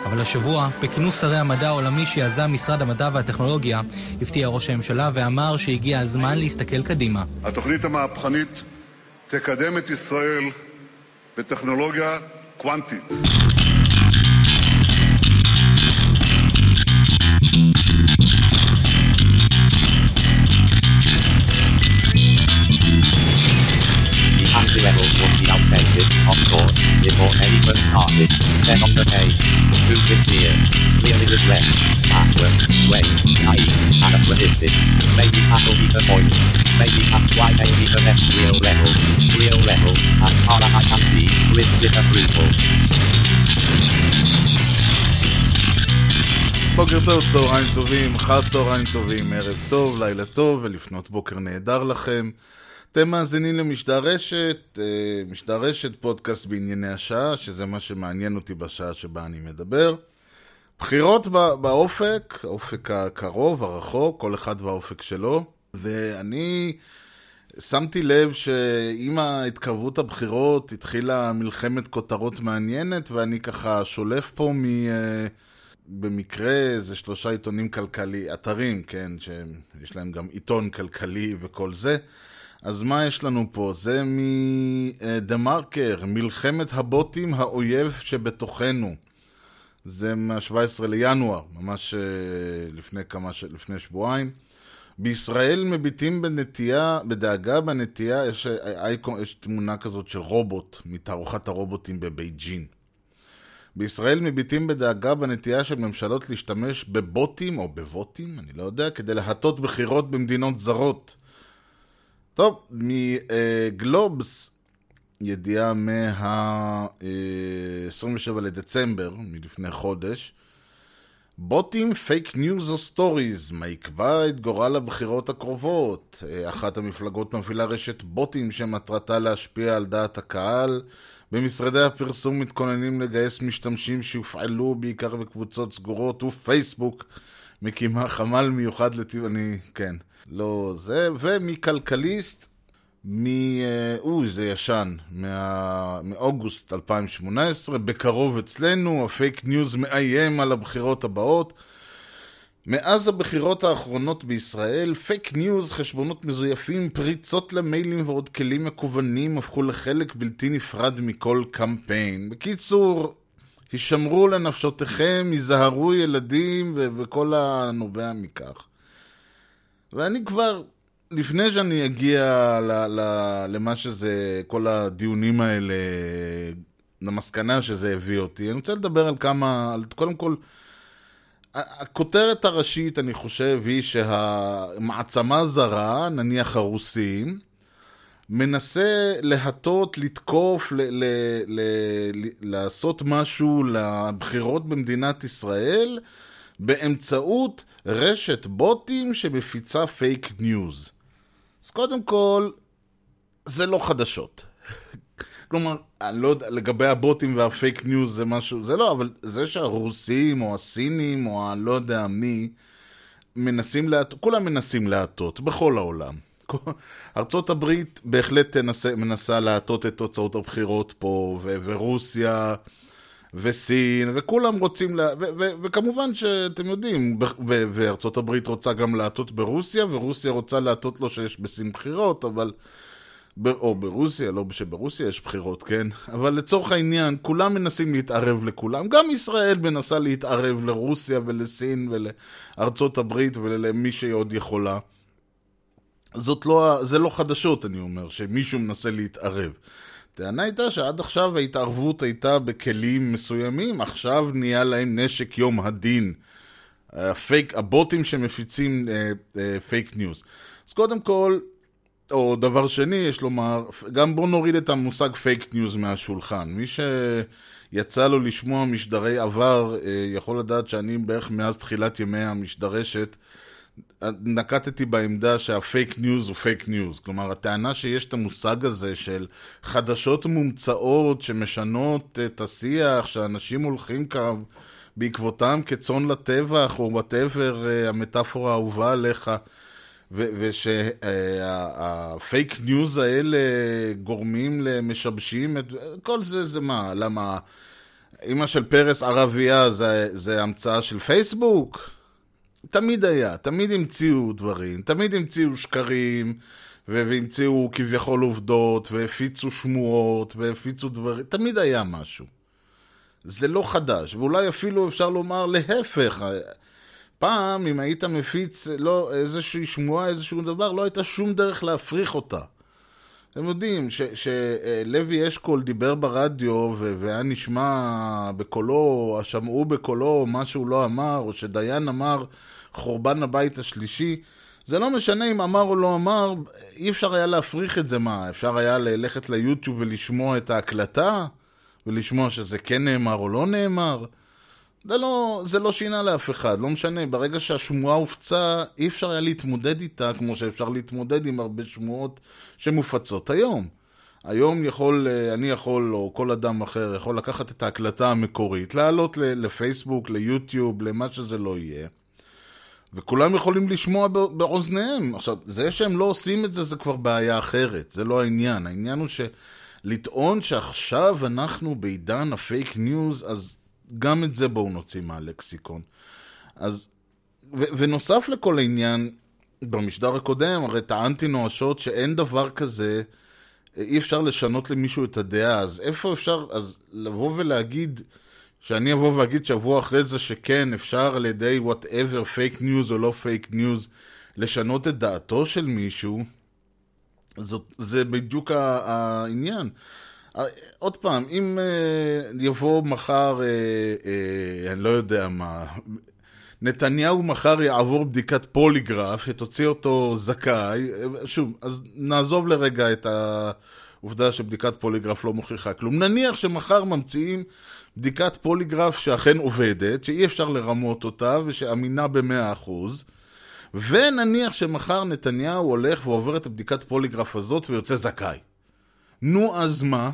אבל השבוע, בכינוס שרי המדע העולמי שיזם משרד המדע והטכנולוגיה, הפתיע ראש הממשלה ואמר שהגיע הזמן להסתכל קדימה. התוכנית המהפכנית תקדם את ישראל בטכנולוגיה קוונטית. The levels would be outdated, of course, before anyone started. Then on the page, too sincere, clearly regret, backward, wait, naive, anachronistic. Maybe that'll be the point. Maybe that's why they need the next real level, as far as I can see, with disapproval. בוקר טוב, צהריים טובים, אחר צהריים טובים, ערב טוב, לילה טוב ולפנות בוקר נהדר לכם. אתם מאזינים למשדר רשת, משדר רשת פודקאסט בענייני השעה, שזה מה שמעניין אותי בשעה שבה אני מדבר. בחירות באופק, האופק הקרוב, הרחוק, כל אחד והאופק שלו, ואני שמתי לב שעם ההתקרבות הבחירות התחילה מלחמת כותרות מעניינת, ואני ככה שולף פה במקרה זה 3 עיתונים כלכלי, אתרים, כן, שיש להם גם עיתון כלכלי וכל זה. אז מה יש לנו פה? זה מדה מרקר, מלחמת הבוטים האויב שבתוכנו. זה מה-17 לינואר, ממש לפני שבועיים. בישראל מביטים בדאגה בנטייה, יש תמונה כזאת של רובוט, מתערוכת הרובוטים בבייג'ין. בישראל מביטים בדאגה בנטייה של ממשלות להשתמש בבוטים או בבוטים, אני לא יודע, כדי להטות בחירות במדינות זרות. טוב, מגלובס, ידיעה מה-27 לדצמבר, מלפני חודש, בוטים, פייק ניוז או סטוריז, מה יקבע את גורל הבחירות הקרובות? אחת המפלגות מפעילה רשת בוטים שמטרתה להשפיע על דעת הקהל. במשרדי הפרסום מתכוננים לגייס משתמשים שיופעלו בעיקר בקבוצות סגורות, ופייסבוק מקימה חמ"ל מיוחד כן. לא זה, ומכלכליסט, זה ישן, מאוגוסט 2018, בקרוב אצלנו, הפייק ניוז מאיים על הבחירות הבאות. מאז הבחירות האחרונות בישראל, פייק ניוז, חשבונות מזויפים, פריצות למיילים ועוד כלים מקוונים הפכו לחלק בלתי נפרד מכל קמפיין. בקיצור, הישמרו לנפשותיכם, יזהרו ילדים וכל הנובע מכך. ואני כבר, לפני שאני אגיע למה שזה, כל הדיונים האלה, למסקנה שזה הביא אותי, אני רוצה לדבר על קודם כל, הכותרת הראשית, אני חושב, היא שהמעצמה זרה, נניח הרוסים, מנסה להטות, לתקוף, לעשות משהו לבחירות במדינת ישראל, באמצעות רשת בוטים שמפיצה פייק ניוז. אז קודם כל, זה לא חדשות. כלומר, אני לא יודע, לגבי הבוטים והפייק ניוז זה משהו, זה לא, אבל זה שהרוסים או הסינים או אני לא יודע מי, כולם מנסים להטות, בכל העולם. ארצות הברית בהחלט מנסה להטות את תוצאות הבחירות פה, ורוסיה וסין, וכולם רוצים, וכמובן שאתם יודעים, וארצות הברית רוצה גם להטות ברוסיה, ורוסיה רוצה להטות לו שיש בסין בחירות, אבל, או ברוסיה, לא שברוסיה יש בחירות, כן? אבל לצורך העניין, כולם מנסים להתערב לכולם, גם ישראל מנסה להתערב לרוסיה ולסין ולארצות הברית ולמי שעוד יכולה. זה לא חדשות, אני אומר, שמישהו מנסה להתערב. הטענה הייתה שעד עכשיו ההתערבות הייתה בכלים מסוימים, עכשיו נהיה להם נשק יום הדין. הבוטים שמפיצים פייק ניוז. אז קודם כל, או דבר שני, יש לומר, גם בוא נוריד את המושג פייק ניוז מהשולחן. מי שיצא לו לשמוע משדרי עבר, יכול לדעת שאני בערך מאז תחילת ימי המשדרשת, נקטתי בעמדה שהפייק ניוז הוא פייק ניוז. כלומר, הטענה שיש את המושג הזה של חדשות מומצאות שמשנות את השיח, שאנשים הולכים בעקבותם כצאן לטבח, או whatever המטאפורה האהובה עליך, ושהפייק ניוז האלה גורמים למשבשים, כל זה מה? למה? אמא של פרס ערבייה זה המצאה של פייסבוק? תמיד היה, תמיד המציאו דברים, תמיד המציאו שקרים, והמציאו כביכול עובדות, והפיצו שמועות, והפיצו דברים, תמיד היה משהו. זה לא חדש, ואולי אפילו אפשר לומר להפך. פעם, אם היית מפיץ איזושהי שמועה, איזשהו דבר, לא הייתה שום דרך להפריך אותה. אתם יודעים שלוי אשכול דיבר ברדיו והיה נשמע בקולו, שמעו בקולו מה שהוא לא אמר, או שדיין אמר חורבן הבית השלישי. זה לא משנה אם אמר או לא אמר, אי אפשר היה להפריך את זה. מה? אפשר היה ללכת ליוטיוב ולשמוע את ההקלטה, ולשמוע שזה כן נאמר או לא נאמר. זה לא שינה לאף אחד, לא משנה. ברגע שהשמועה הופצה, אי אפשר היה להתמודד איתה כמו שאפשר להתמודד עם הרבה שמועות שמופצות היום. היום אני יכול, או כל אדם אחר, יכול לקחת את ההקלטה המקורית, לעלות לפייסבוק, ליוטיוב, למה שזה לא יהיה. וכולם יכולים לשמוע באוזניהם. עכשיו, זה שהם לא עושים את זה, זה כבר בעיה אחרת. זה לא העניין. העניין הוא לטעון שעכשיו אנחנו בעידן הפייק ניוז, אז גם את זה בואו נוציא מהלקסיקון. אז, ונוסף לכל העניין, במשדר הקודם, הרי טענתי נואשות שאין דבר כזה, אי אפשר לשנות למישהו את הדעה, אז איפה אפשר, אז לבוא ולהגיד, שאני אבוא ואגיד שבוע אחרי זה שכן, אפשר על ידי whatever fake news או לא fake news, לשנות את דעתו של מישהו, זה בדיוק העניין. עוד פעם, אם יבוא מחר, אני לא יודע מה, נתניהו מחר יעבור בדיקת פוליגרף, שתוציא אותו זכאי, שוב, אז נעזוב לרגע את העובדה שבדיקת פוליגרף לא מוכיחה כלום. נניח שמחר ממציאים בדיקת פוליגרף שאכן עובדת, שאי אפשר לרמות אותה ושאמינה ב100%, ונניח שמחר נתניהו הולך ועובר את הבדיקת פוליגרף הזאת ויוצא זכאי. נו, אז מה?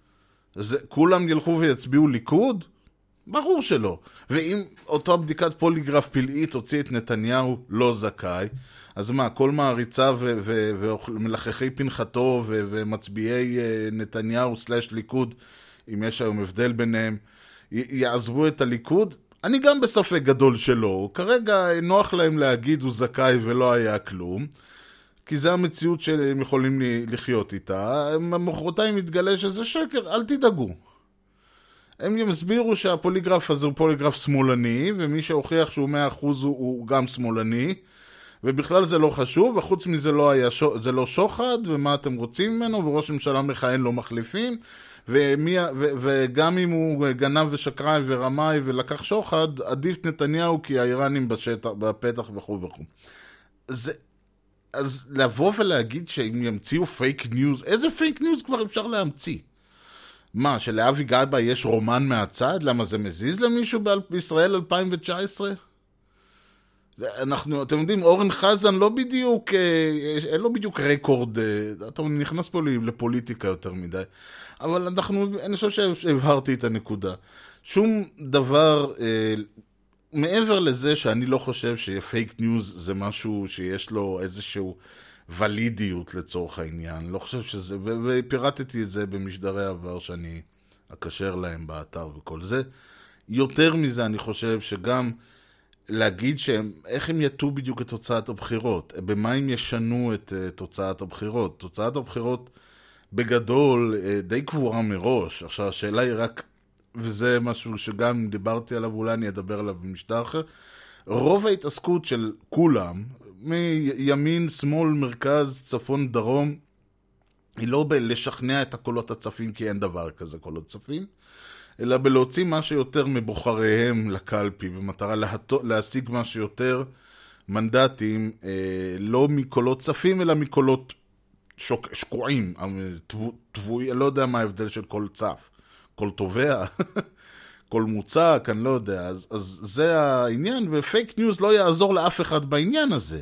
כולם ילכו ויצביעו ליכוד? ברור שלא. ואם אותה בדיקת פוליגרף פלאית הוציא את נתניהו לא זכאי, אז מה, כל מעריציו ומלחכי פנחתו ומצביעי נתניהו סלש ליכוד, אם יש היום הבדל ביניהם, יעזבו את הליכוד? אני גם בספק גדול שלא. כרגע נוח להם להגיד הוא זכאי ולא היה כלום, כי זה המציאות שהם יכולים לחיות איתה. מחרתיים מתגלה שזה שקר, אל תדאגו. הם יסבירו שהפוליגרף הזה הוא פוליגרף שמאלני, ומי שהוכיח שהוא 100% הוא גם שמאלני, ובכלל זה לא חשוב, וחוץ מזה זה לא שוחד, ומה אתם רוצים ממנו, וראש ממשלה מכהן לא מחליפים, וגם אם הוא גנב ושקרן ורמאי ולקח שוחד, עדיף נתניהו כי האיראנים בפתח וכו' וכו'. אז לבוא ולהגיד שהם ימציאו פייק ניוז, איזה פייק ניוז כבר אפשר להמציא? מה, שלאבי גבאי יש רומן מהצד? למה זה מזיז למישהו בישראל 2019? אתם יודעים, אורן חזן לא בדיוק, אין לו בדיוק רקורד, אתה נכנס פה לפוליטיקה יותר מדי, אבל אני חושב שהבהרתי את הנקודה. שום דבר, מעבר לזה שאני לא חושב שפייק ניוז זה משהו שיש לו איזשהו ולידיות לצורך העניין, לא חושב שזה, ופירטתי את זה במשדרי העבר שאני אקשר להם באתר וכל זה. יותר מזה אני חושב שגם להגיד איך הם יתו בדיוק את תוצאת הבחירות, במה הם ישנו את תוצאת הבחירות. תוצאת הבחירות בגדול די קבורה מראש. עכשיו השאלה היא רק, וזה משהו שגם דיברתי עליו, אולי אני אדבר עליו במשדר אחר, רוב ההתעסקות של כולם, מימין, שמאל, מרכז, צפון, דרום, היא לא בלשכנע את הקולות הצפים, כי אין דבר כזה קולות צפים, אלא בלהוציא מה שיותר מבוחריהם לקלפי, במטרה להשיג מה שיותר מנדטים, לא מקולות צפים, אלא מקולות שקועים, טבועי, אני לא יודע מה ההבדל של כל צף, כל תובע, כל מוצק, אני לא יודע, אז זה העניין, ופייק ניוז לא יעזור לאף אחד בעניין הזה.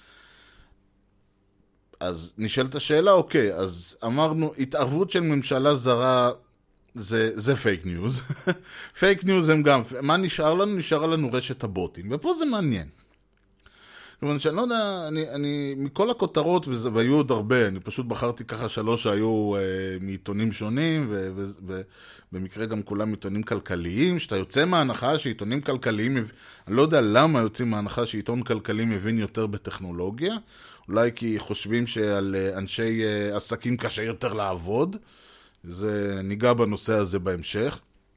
אז נשאלת השאלה, אוקיי, אז אמרנו, התערבות של ממשלה זרה, זה פייק ניוז. פייק ניוז הם גם, מה נשאר לנו? נשאר לנו רשת הבוטים, ופה זה מעניין. כיוון שאני לא יודע, אני מכל הכותרות, והיו עוד הרבה, אני פשוט בחרתי ככה 3 שהיו מעיתונים שונים, ובמקרה גם כולם עיתונים כלכליים, שאתה יוצא מההנחה שעיתונים כלכליים, אני לא יודע למה יוצאים מההנחה שעיתון כלכלי מבין יותר בטכנולוגיה, אולי כי חושבים שעל אנשי עסקים קשה יותר לעבוד, ניגע בנושא הזה בהמשך.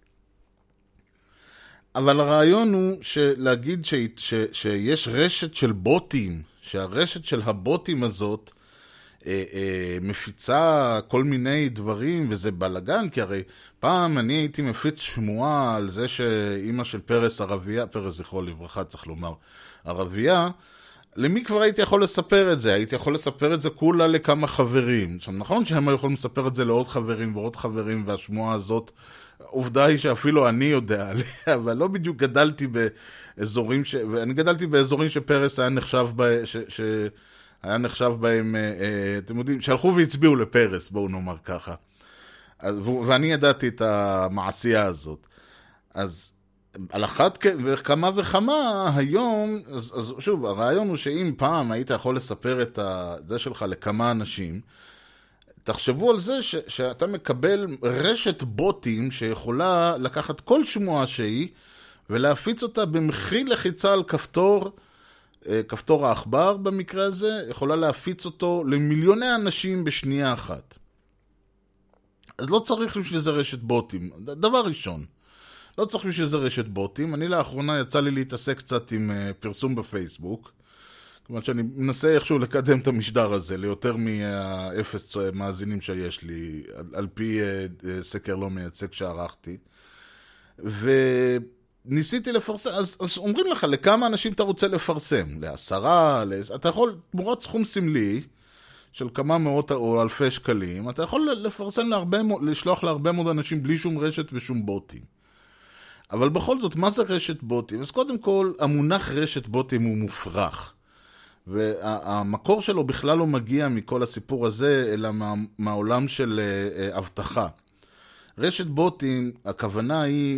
אבל הרעיון הוא להגיד שיש רשת של בוטים, שהרשת של הבוטים הזאת מפיצה כל מיני דברים, וזה בלגן, כי הרי פעם אני הייתי מפיץ שמועה על זה שאימא של פרס ערבייה, פרס זכרו לברכה צריך לומר, ערבייה, למי כבר הייתי יכול לספר את זה? הייתי יכול לספר את זה כולה לכמה חברים. עכשיו, נכון שהם יכולים לספר את זה לעוד חברים ועוד חברים, והשמועה הזאת, עובדה היא שאפילו אני יודע עליה, אבל לא בדיוק גדלתי באזורים ואני גדלתי באזורים שפרס היה נחשב שהיה נחשב בהם, אתם יודעים, שהלכו והצביעו לפרס, בואו נאמר ככה. ואני ידעתי את המעשייה הזאת. אז על אחת וכמה וכמה היום, אז שוב, הרעיון הוא שאם פעם היית יכול לספר את זה שלך לכמה אנשים, תחשבו על זה שאתה מקבל רשת בוטים שיכולה לקחת כל שמועה שהיא ולהפיץ אותה במחי לחיצה על כפתור האחבר במקרה הזה, יכולה להפיץ אותו למיליוני אנשים בשנייה אחת. אז לא צריך בשביל זה רשת בוטים. דבר ראשון, לא צריך בשביל זה רשת בוטים. אני לאחרונה יצא לי להתעסק קצת עם פרסום בפייסבוק, כלומר שאני מנסה איכשהו לקדם את המשדר הזה ליותר מהאפס מאזינים שיש לי, על פי סקר לא מייצג שערכתי. וניסיתי לפרסם, אז אומרים לך לכמה אנשים אתה רוצה לפרסם, ל10, אתה יכול, תמורת סכום סמלי של כמה מאות או אלפי שקלים, אתה יכול לפרסם לשלוח להרבה מאוד אנשים בלי שום רשת ושום בוטים. אבל בכל זאת, מה זה רשת בוטים? אז קודם כל, המונח רשת בוטים הוא מופרך. והמקור שלו בכלל לא מגיע מכל הסיפור הזה, אלא מהעולם של הבטחה. רשת בוטים, הכוונה היא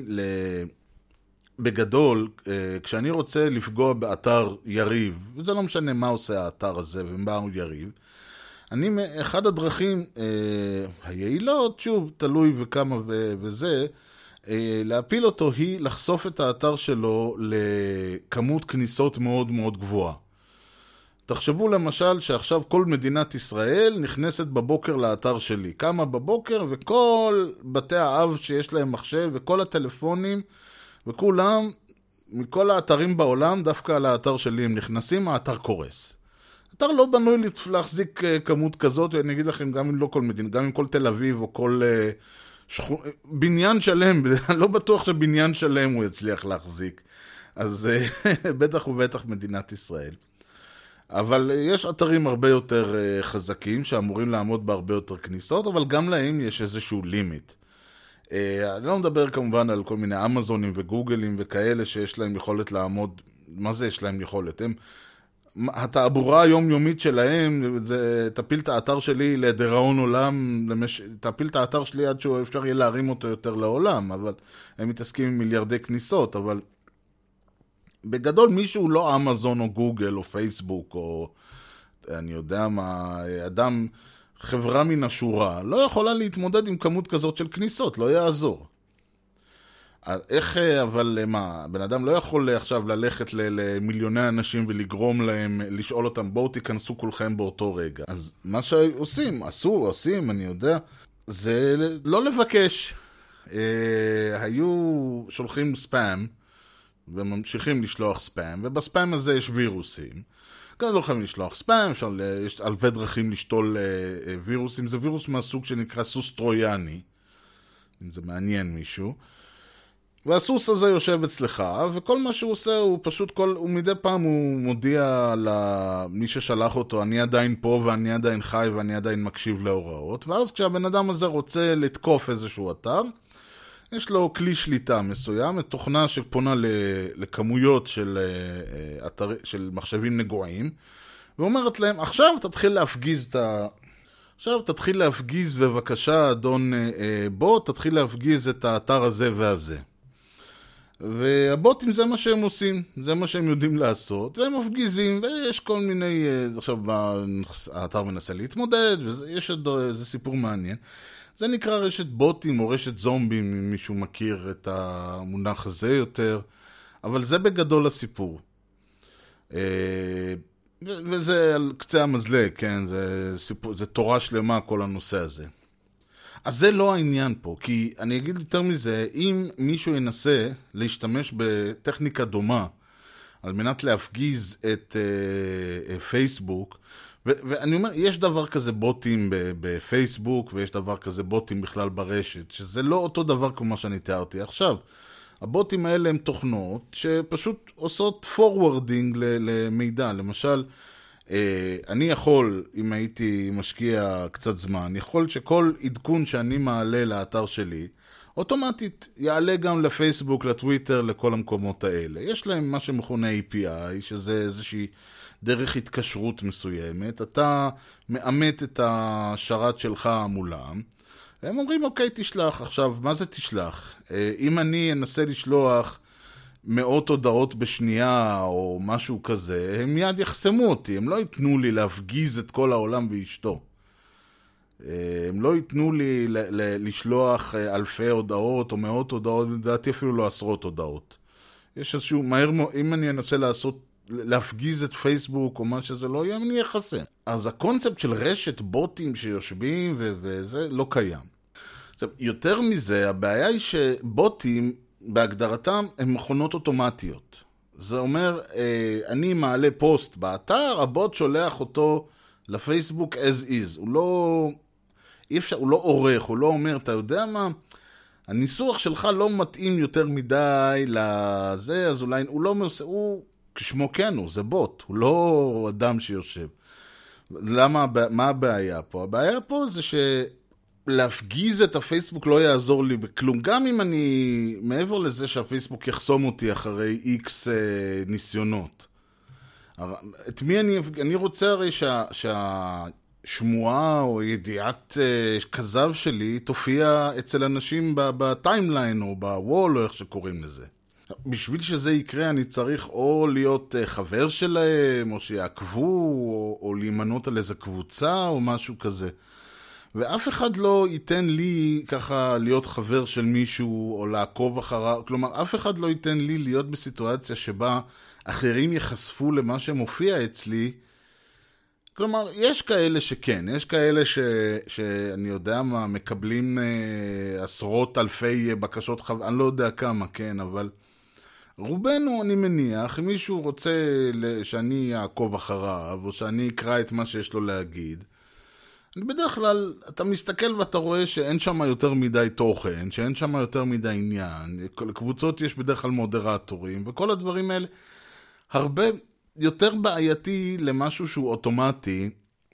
בגדול, כשאני רוצה לפגוע באתר יריב, וזה לא משנה מה עושה האתר הזה ומה הוא יריב, אחד הדרכים היעילות, שוב, תלוי וכמה וזה, להפיל אותו היא לחשוף את האתר שלו לכמות כניסות מאוד מאוד גבוהה. תחשבו למשל שעכשיו כל מדינת ישראל נכנסת בבוקר לאתר שלי. קמה בבוקר וכל בתי האב שיש להם מחשב וכל הטלפונים וכולם, מכל האתרים בעולם, דווקא על האתר שלי הם נכנסים, האתר קורס. האתר לא בנוי להחזיק כמות כזאת, ואני אגיד לכם, גם אם לא כל מדינה, גם אם כל תל אביב או כל בניין שלם, לא בטוח שבניין שלם הוא יצליח להחזיק. אז בטח ובטח מדינת ישראל. אבל יש אתרים הרבה יותר חזקים שאמורים לעמוד בהרבה יותר כניסות, אבל גם להם יש איזשהו לימיט. אני לא מדבר כמובן על כל מיני אמזונים וגוגלים וכאלה שיש להם יכולת לעמוד. מה זה יש להם יכולת? התעבורה היומיומית שלהם, תפיל את האתר שלי לדראון עולם, תפיל את האתר שלי עד שאפשר יהיה להרים אותו יותר לעולם, אבל הם מתעסקים עם מיליארדי כניסות, אבל בגדול מישהו לא אמזון או גוגל או פייסבוק או אני יודע מה, אדם, חברה מן השורה, לא יכולה להתמודד עם כמות כזאת של כניסות, לא יעזור. איך, אבל מה, בן אדם לא יכול עכשיו ללכת למיליוני אנשים ולגרום להם, לשאול אותם, בואו תיכנסו כולכם באותו רגע. אז מה שעושים, עושים, אני יודע, זה לא לבקש. היו שולחים ספאם, וממשיכים לשלוח ספאם, ובספאם הזה יש וירוסים. כאן לא יכולים לשלוח ספאם, יש אלפי דרכים לשתול וירוסים, זה וירוס מהסוג שנקרא סוס טרויאני, אם זה מעניין מישהו. והסוס הזה יושב אצלך, וכל מה שהוא עושה הוא פשוט, הוא מדי פעם הוא מודיע למי ששלח אותו, אני עדיין פה ואני עדיין חי ואני עדיין מקשיב להוראות, ואז כשהבן אדם הזה רוצה לתקוף איזשהו אתר, יש לו כלי שליטה מסוים, תוכנה שפונה לכמויות של מחשבים נגועים, ואומרת להם, עכשיו תתחיל להפגיז בבקשה, אדון בוא, תתחיל להפגיז את האתר הזה והזה. והבוטים זה מה שהם עושים, זה מה שהם יודעים לעשות, והם מפגיזים, ויש כל מיני, עכשיו האתר מנסה להתמודד, ויש איזה סיפור מעניין. זה נקרא רשת בוטים או רשת זומבים, אם מישהו מכיר את המונח הזה יותר, אבל זה בגדול הסיפור. וזה על קצה המזלג, כן, זה תורה שלמה כל הנושא הזה. אז זה לא העניין פה, כי אני אגיד יותר מזה, אם מישהו ינסה להשתמש בטכניקה דומה, על מנת להפגיז את פייסבוק, ואני אומר, יש דבר כזה בוטים בפייסבוק, ויש דבר כזה בוטים בכלל ברשת, שזה לא אותו דבר כמו שאני תיארתי עכשיו. הבוטים האלה הם תוכנות שפשוט עושות פורוורדינג למידע. למשל, אני יכול, אם הייתי משקיע קצת זמן, יכול שכל עדכון שאני מעלה לאתר שלי, אוטומטית יעלה גם לפייסבוק, לטוויטר, לכל המקומות האלה. יש להם מה שמכונה API, שזה איזושהי דרך התקשרות מסוימת. אתה מאמת את השרת שלך מולם, והם אומרים, אוקיי, תשלח. עכשיו, מה זה תשלח? אם אני אנסה לשלוח מאות הודעות בשנייה או משהו כזה, הם מיד יחסמו אותי, הם לא ייתנו לי להפגיז את כל העולם ואשתו. הם לא ייתנו לי לשלוח אלפי הודעות או מאות הודעות, לדעתי אפילו לא עשרות הודעות. יש איזשהו, אם אני אנסה להפגיז את פייסבוק או מה שזה לא יהיה, אני יחסם. אז הקונספט של רשת בוטים שיושבים וזה לא קיים. עכשיו, יותר מזה, הבעיה היא שבוטים בהגדרתם הן מכונות אוטומטיות. זה אומר, אני מעלה פוסט באתר, הבוט שולח אותו לפייסבוק as is. הוא לא עורך, הוא לא אומר, אתה יודע מה? הניסוח שלך לא מתאים יותר מדי לזה, אז אולי, הוא כשמו כן הוא, זה בוט, הוא לא אדם שיושב. מה הבעיה פה? הבעיה פה זה להפגיז את הפייסבוק לא יעזור לי בכלום. גם אם אני, מעבר לזה שהפייסבוק יחסום אותי אחרי X ניסיונות. את מי אני רוצה הרי שהשמועה או ידיעת כזב שלי תופיע אצל אנשים בטיימליין או בוול או איך שקוראים לזה. בשביל שזה יקרה אני צריך או להיות חבר שלהם או שיעקבו או להימנות על איזה קבוצה או משהו כזה. ואף אחד לא ייתן לי ככה להיות חבר של מישהו או לעקוב אחריו, כלומר אף אחד לא ייתן לי להיות בסיטואציה שבה אחרים יחשפו למה שמופיע אצלי. כלומר יש כאלה שכן, יש כאלה שאני יודע מה, מקבלים עשרות אלפי בקשות אני לא יודע כמה, כן, אבל רובנו אני מניח, אם מישהו רוצה שאני אעקוב אחריו או שאני אקרא את מה שיש לו להגיד, בדרך כלל אתה מסתכל ואתה רואה שאין שם יותר מדי תוכן, שאין שם יותר מדי עניין, לקבוצות יש בדרך כלל מודרטורים, וכל הדברים האלה הרבה יותר בעייתי למשהו שהוא אוטומטי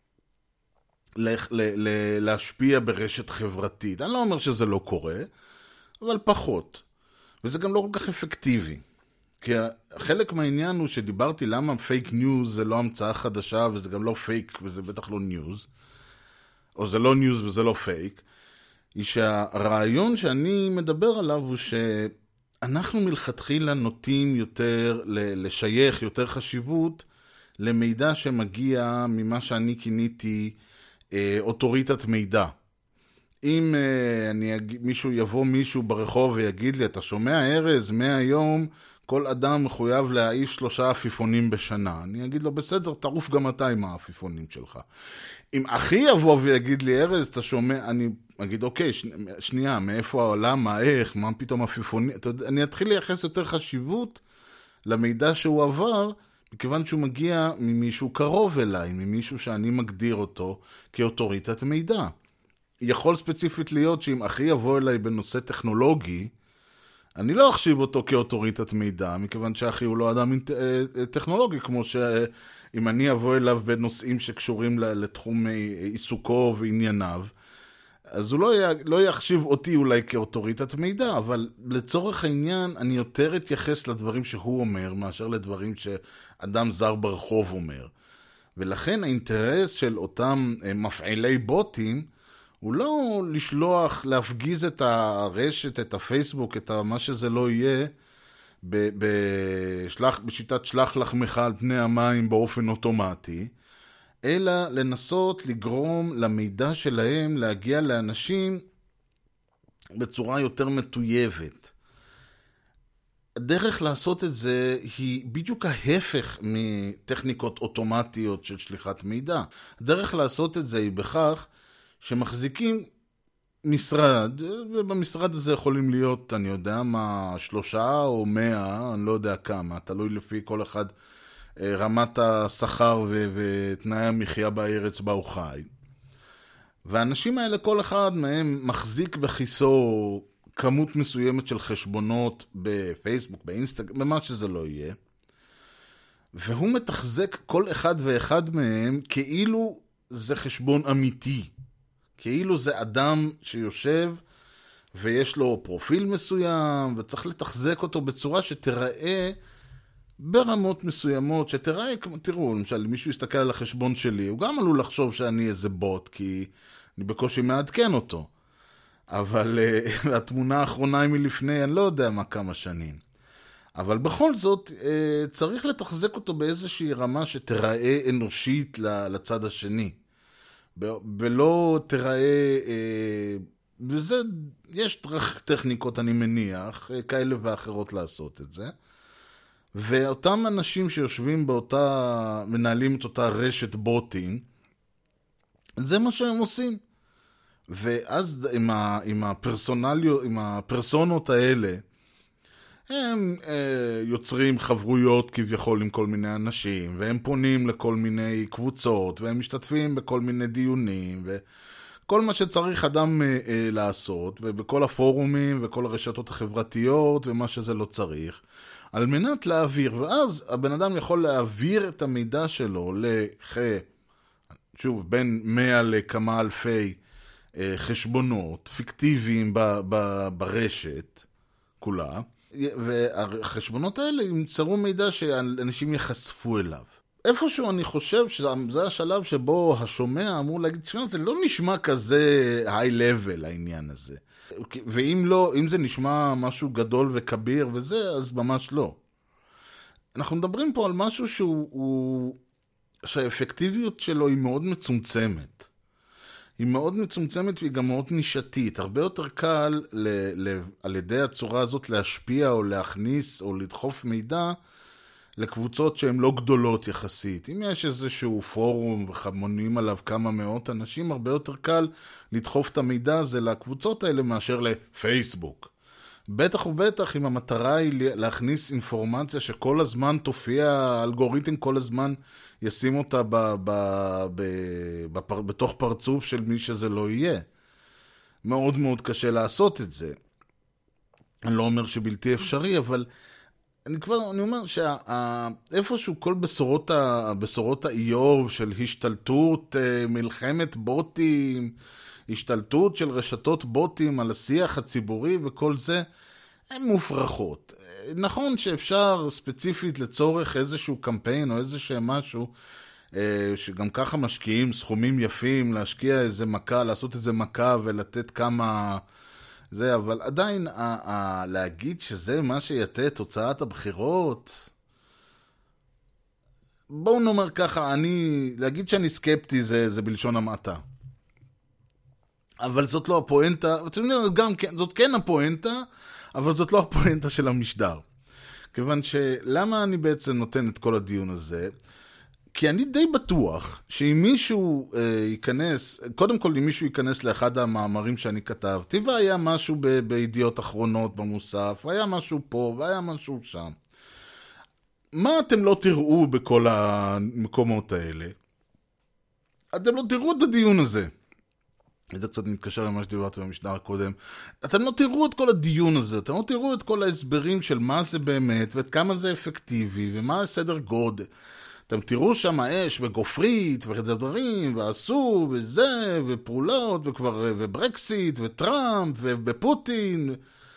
להשפיע ברשת חברתית. אני לא אומר שזה לא קורה, אבל פחות. וזה גם לא כל כך אפקטיבי. כי חלק מהעניין הוא שדיברתי למה פייק ניוז זה לא המצאה חדשה, וזה גם לא פייק, וזה בטח לא ניוז. או זה לא ניוז וזה לא פייק, היא שהרעיון שאני מדבר עליו הוא שאנחנו מלכתחילה נוטים יותר לשייך יותר חשיבות למידע שמגיע ממה שאני כיניתי אוטוריטת מידע. אם מישהו ברחוב ויגיד לי, אתה שומע ארז, מהיום כל אדם מחויב להעיף 3 עפיפונים בשנה. אני אגיד לו, בסדר, תעוף גם אתה עם העפיפונים שלך. אם אחי יבוא ויגיד לי, ארז, אתה שומע, אני אגיד, אוקיי, שנייה, מאיפה העולם, איך, מה פתאום עפיפונים, אני אתחיל לייחס יותר חשיבות למידע שהוא עבר, מכיוון שהוא מגיע ממישהו קרוב אליי, ממישהו שאני מגדיר אותו כאוטוריטת מידע. יכול ספציפית להיות שאם אחי יבוא אליי בנושא טכנולוגי, אני לא אחשיב אותו כאוטוריטת מידע, מכיוון שאחי הוא לא אדם טכנולוגי, כמו שאם אני אבוא אליו בנושאים שקשורים לתחום עיסוקו וענייניו, אז הוא לא יחשיב אותי אולי כאוטוריטת מידע, אבל לצורך העניין אני יותר אתייחס לדברים שהוא אומר, מאשר לדברים שאדם זר ברחוב אומר. ולכן האינטרס של אותם מפעילי בוטים, הוא לא לשלוח, להפגיז את הרשת, את הפייסבוק, את מה שזה לא יהיה, בשיטת שלח לחמך על פני המים באופן אוטומטי, אלא לנסות לגרום למידע שלהם להגיע לאנשים בצורה יותר מטויבת. הדרך לעשות את זה היא בדיוק ההפך מטכניקות אוטומטיות של שליחת מידע. הדרך לעשות את זה היא בכך שמחזיקים משרד, ובמשרד הזה יכולים להיות, אני יודע מה, 3 או 100, אני לא יודע כמה, תלוי לפי כל אחד רמת השכר ותנאי המחיה בארץ בה הוא חי. והאנשים האלה, כל אחד מהם מחזיק בכיסו כמות מסוימת של חשבונות בפייסבוק, באינסטגרם, במה שזה לא יהיה. והוא מתחזק כל אחד ואחד מהם כאילו זה חשבון אמיתי. כאילו זה אדם שיושב ויש לו פרופיל מסוים, וצריך לתחזק אותו בצורה שתראה ברמות מסוימות, שתראה, תראו, למשל, מישהו יסתכל על החשבון שלי, הוא גם עלול לחשוב שאני איזה בוט, כי אני בקושי מעדכן אותו. אבל התמונה האחרונה היא מלפני, אני לא יודע מה, כמה שנים. אבל בכל זאת, צריך לתחזק אותו באיזושהי רמה שתראה אנושית לצד השני. ולא תראה, וזה, יש טכניקות, אני מניח, כאלה ואחרות לעשות את זה. ואותם אנשים שיושבים באותה, מנהלים את אותה רשת בוטים, זה מה שהם עושים. ואז עם הפרסונות האלה, הם יוצרים חברויות כביכול עם כל מיני אנשים, והם פונים לכל מיני קבוצות, והם משתתפים בכל מיני דיונים, וכל מה שצריך אדם לעשות, ובכל הפורומים, וכל הרשתות החברתיות, ומה שזה לא צריך, על מנת להעביר. ואז הבן אדם יכול להעביר את המידע שלו שוב, בין 100 לכמה אלפי חשבונות פיקטיביים ברשת כולה, והחשבונות האלה ימצרו מידע שאנשים יחשפו אליו. איפשהו אני חושב שזה השלב שבו השומע אמור להגיד, זה לא נשמע כזה high-level העניין הזה. ואם לא, אם זה נשמע משהו גדול וכביר וזה, אז ממש לא. אנחנו מדברים פה על משהו שהאפקטיביות שלו היא מאוד מצומצמת. היא מאוד מצומצמת והיא גם מאוד נישתית. הרבה יותר קל על ידי הצורה הזאת להשפיע או להכניס או לדחוף מידע לקבוצות שהן לא גדולות יחסית. אם יש איזשהו פורום וחמונים עליו כמה מאות אנשים, הרבה יותר קל לדחוף את המידע הזה לקבוצות האלה מאשר לפייסבוק. בטח ובטח אם המטרה היא להכניס אינפורמציה שכל הזמן תופיע, האלגוריתם כל הזמן ישים אותה בתוך פרצוף של מי שזה לא יהיה. מאוד מאוד קשה לעשות את זה. אני לא אומר שבלתי אפשרי, אבל אני אומר שאיפשהו כל בשורות האיוב של השתלטות, מלחמת בוטים, השתלטות של רשתות בוטים על השיח הציבורי וכל זה, הן מופרכות. נכון שאפשר ספציפית לצורך איזשהו קמפיין או איזשהו משהו, שגם ככה משקיעים סכומים יפים, להשקיע איזה מכה, לעשות איזה מכה ולתת כמה זה, אבל עדיין להגיד שזה מה שיתה את תוצאת הבחירות, בואו נאמר ככה, להגיד שאני סקפטי זה בלשון המעטה. אבל זאת לא הפואנטה, גם כן, זאת כן הפואנטה, אבל זאת לא הפואנטה של המשדר. כיוון שלמה אני בעצם נותן את כל הדיון הזה? כי אני די בטוח שאם מישהו ייכנס, קודם כל אם מישהו ייכנס לאחד המאמרים שאני כתבתי, והיה משהו בידיעות אחרונות במוסף, והיה משהו פה, והיה משהו שם. מה אתם לא תראו בכל המקומות האלה? אתם לא תראו את הדיון הזה. זה קצת מתקשר למה שדיברתי במשדר הקודם. אתם לא תראו את כל הדיון הזה, אתם לא תראו את כל ההסברים של מה זה באמת, ואת כמה זה אפקטיבי, ומה הסדר גודל. אתם תראו שם אש וגופרית ודברים, ועשו וזה, ופעולות, וברקסיט, וטראמפ, ופוטין.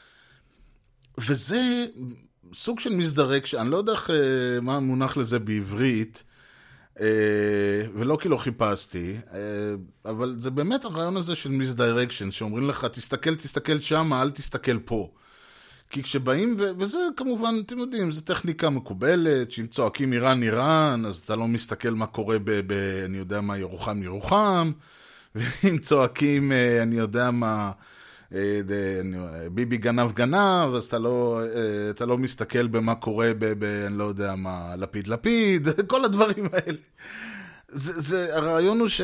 וזה סוג של מסדרק, שאני לא יודע מה מונח לזה בעברית, ולא כי לא חיפשתי, אבל זה באמת הרעיון הזה של misdirection, שאומרים לך, תסתכל שם, אל תסתכל פה. כי כשבאים, וזה כמובן, אתם יודעים, זו טכניקה מקובלת, שאם צועקים איראן איראן, אז אתה לא מסתכל מה קורה אני יודע מה, ירוחם, ואם צועקים, אני יודע מה, ביבי גנב, אז אתה לא מסתכל במה קורה אני לא יודע מה, לפיד, כל הדברים האלה. הרעיון הוא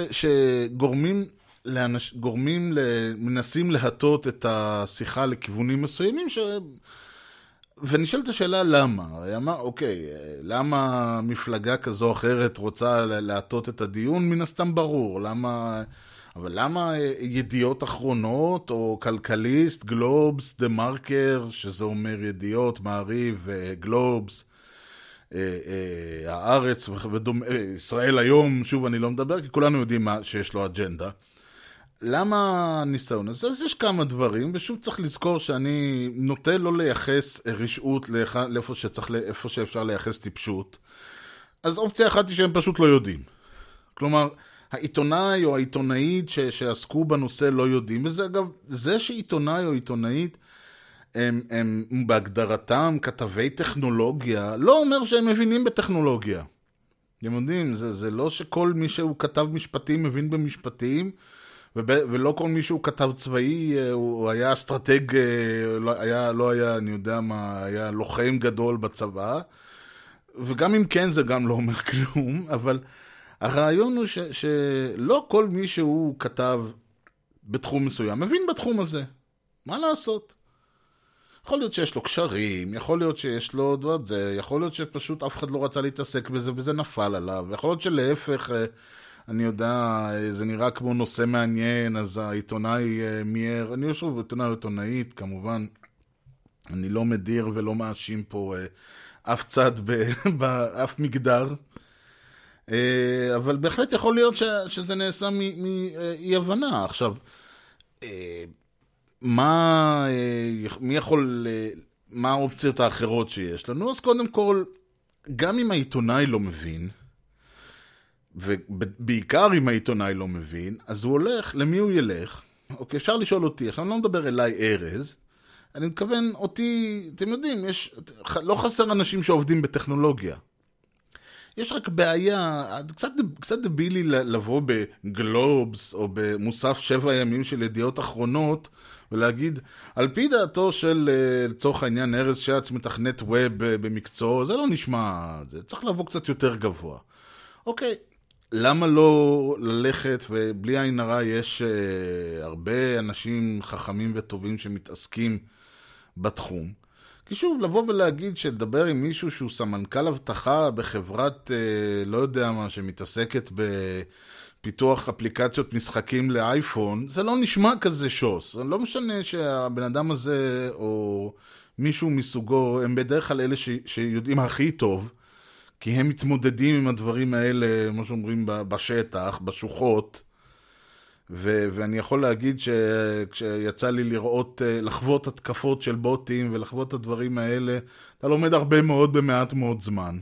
שגורמים מנסים להטות את השיחה לכיוונים מסוימים, ונשאלת השאלה למה? אוקיי, למה מפלגה כזו או אחרת רוצה להטות את הדיון? מן הסתם ברור. אבל למה ידיעות אחרונות, או כלכליסט, גלובס, דה מרקר, שזה אומר ידיעות, מעריב, גלובס, הארץ, ישראל היום, שוב אני לא מדבר, כי כולנו יודעים שיש לו אג'נדה. למה הניסיון? אז יש כמה דברים, ושוב צריך לזכור שאני נוטה לא לייחס רשעות לאיפה שאפשר לייחס טיפשות. אז אופציה אחת היא שהם פשוט לא יודעים. כלומר, העיתונאי או העיתונאית שעסקו בנושא לא יודעים. וזה אגב, זה שעיתונאי או עיתונאית הם בהגדרתם כתבי טכנולוגיה, לא אומר שהם מבינים בטכנולוגיה. אתם יודעים, זה לא שכל מי שהוא כתב משפטים מבין במשפטים, ולא כל מי שהוא כתב צבאי, הוא היה אסטרטג, לא היה, אני יודע מה, היה לוחם גדול בצבא, וגם אם כן זה גם לא אומר כלום, אבל הרעיון הוא שלא כל מי שהוא כתב בתחום מסוים, מבין בתחום הזה. מה לעשות? יכול להיות שיש לו קשרים, יכול להיות שיש לו דוד זה, יכול להיות שפשוט אף אחד לא רצה להתעסק בזה, וזה נפל עליו, יכול להיות שלהפך, אני יודע, זה נראה כמו נושא מעניין, אז העיתונאי מייר, אני שוב עיתונאי או עיתונאית, כמובן, אני לא מדיר ולא מאשים פה אף צד באף מגדר, אבל בהחלט יכול להיות שזה נעשה מאי הבנה. עכשיו, מי יכול, מה האופציות האחרות שיש לנו? אז קודם כל, גם אם העיתונאי לא מבין, ובעיקר אם העיתונאי לא מבין, אז הוא הולך, למי הוא ילך? אוקיי, אפשר לשאול אותי, עכשיו אני לא מדבר אליי ארז, אני מתכוון אותי, אתם יודעים, לא חסר אנשים שעובדים בטכנולוגיה. יש רק בעיה, קצת דבילי לבוא בגלובס או במוסף 7 ימים של ידיעות אחרונות, ולהגיד, על פי דעתו של, לצורך העניין, ארז שץ מתכנת ווב במקצוע, זה לא נשמע, זה צריך לבוא קצת יותר גבוה. אוקיי, למה לא ללכת, ובלי עין הרע יש הרבה אנשים חכמים וטובים שמתעסקים בתחום. כי שוב, לבוא ולהגיד שדבר עם מישהו שהוא סמנכ"ל אבטחה בחברת, לא יודע מה, שמתעסקת בפיתוח אפליקציות משחקים לאייפון, זה לא נשמע כזה שוס. לא משנה שהבן אדם הזה או מישהו מסוגו, הם בדרך כלל אלה שיודעים הכי טוב, כי הם מתמודדים עם הדברים האלה, מה שאומרים, בשטח, בשוחות, ואני יכול להגיד שכשיצא לי לראות, לחוות התקפות של בוטים ולחוות את הדברים האלה, אתה לומד הרבה מאוד במעט מאוד זמן.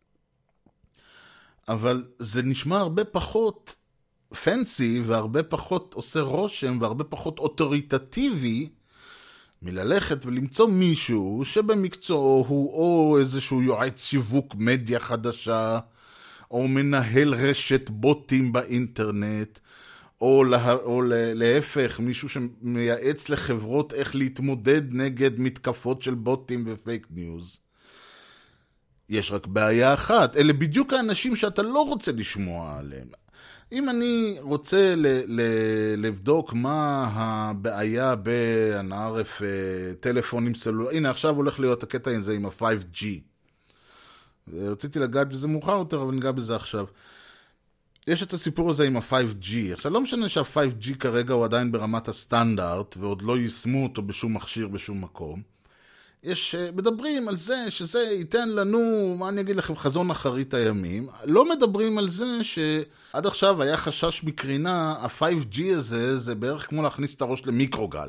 אבל זה נשמע הרבה פחות פנסי, והרבה פחות עושה רושם, והרבה פחות אוטוריטטיבי, מללכת ולמצוא מישהו שבמקצועו הוא או איזשהו יועץ שיווק מדיה חדשה, או מנהל רשת בוטים באינטרנט, או להפך, מישהו שמייעץ לחברות איך להתמודד נגד מתקפות של בוטים ופייק ניוז. יש רק בעיה אחת, אלה בדיוק האנשים שאתה לא רוצה לשמוע עליהם. אם אני רוצה לבדוק מה הבעיה בערף טלפונים סלולריים, הנה עכשיו הולך להיות הקטע הזה עם ה-5G. רציתי לגעת בזה מאוחר יותר, אבל ניגע בזה עכשיו. יש את הסיפור הזה עם ה-5G. עכשיו לא משנה שה-5G כרגע הוא עדיין ברמת הסטנדרט, ועוד לא יישמו אותו בשום מכשיר בשום מקום. מדברים על זה שזה ייתן לנו, מה אני אגיד לכם, חזון אחרית הימים. לא מדברים על זה שעד עכשיו היה חשש מקרינה, ה-5G הזה זה בערך כמו להכניס את הראש למיקרוגל.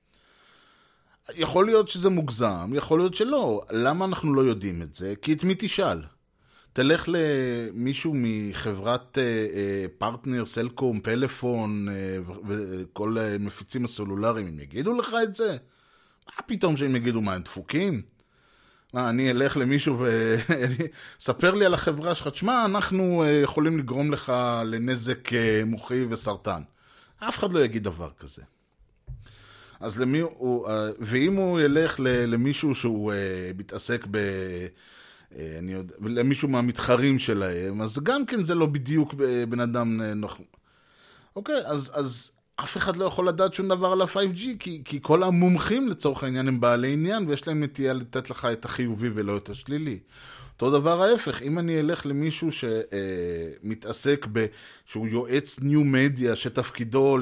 יכול להיות שזה מוגזם, יכול להיות שלא. למה אנחנו לא יודעים את זה? כי את מי תשאל? תלך למישהו מחברת פרטנר, סלקום, פלאפון וכל מפיצים הסלולריים, הם יגידו לך את זה? פתאום שהם יגידו מה, הם דפוקים? אני אלך למישהו ספר לי על החברה שלך, תשמע, אנחנו יכולים לגרום לך לנזק מוחי וסרטן. אף אחד לא יגיד דבר כזה. אז למי הוא, ואם הוא ילך למישהו שהוא מתעסק אני יודע, למישהו מהמתחרים שלהם, אז גם כן זה לא בדיוק בן אדם אוקיי, אז אף אחד לא יכול לדעת שום דבר על ה-5G, כי כל המומחים לצורך העניין הם בעלי עניין, ויש להם נטייה לתת לך את החיובי ולא את השלילי. אותו דבר ההפך, אם אני אלך למישהו שמתעסק שהוא יועץ ניו מדיה, שתפקידו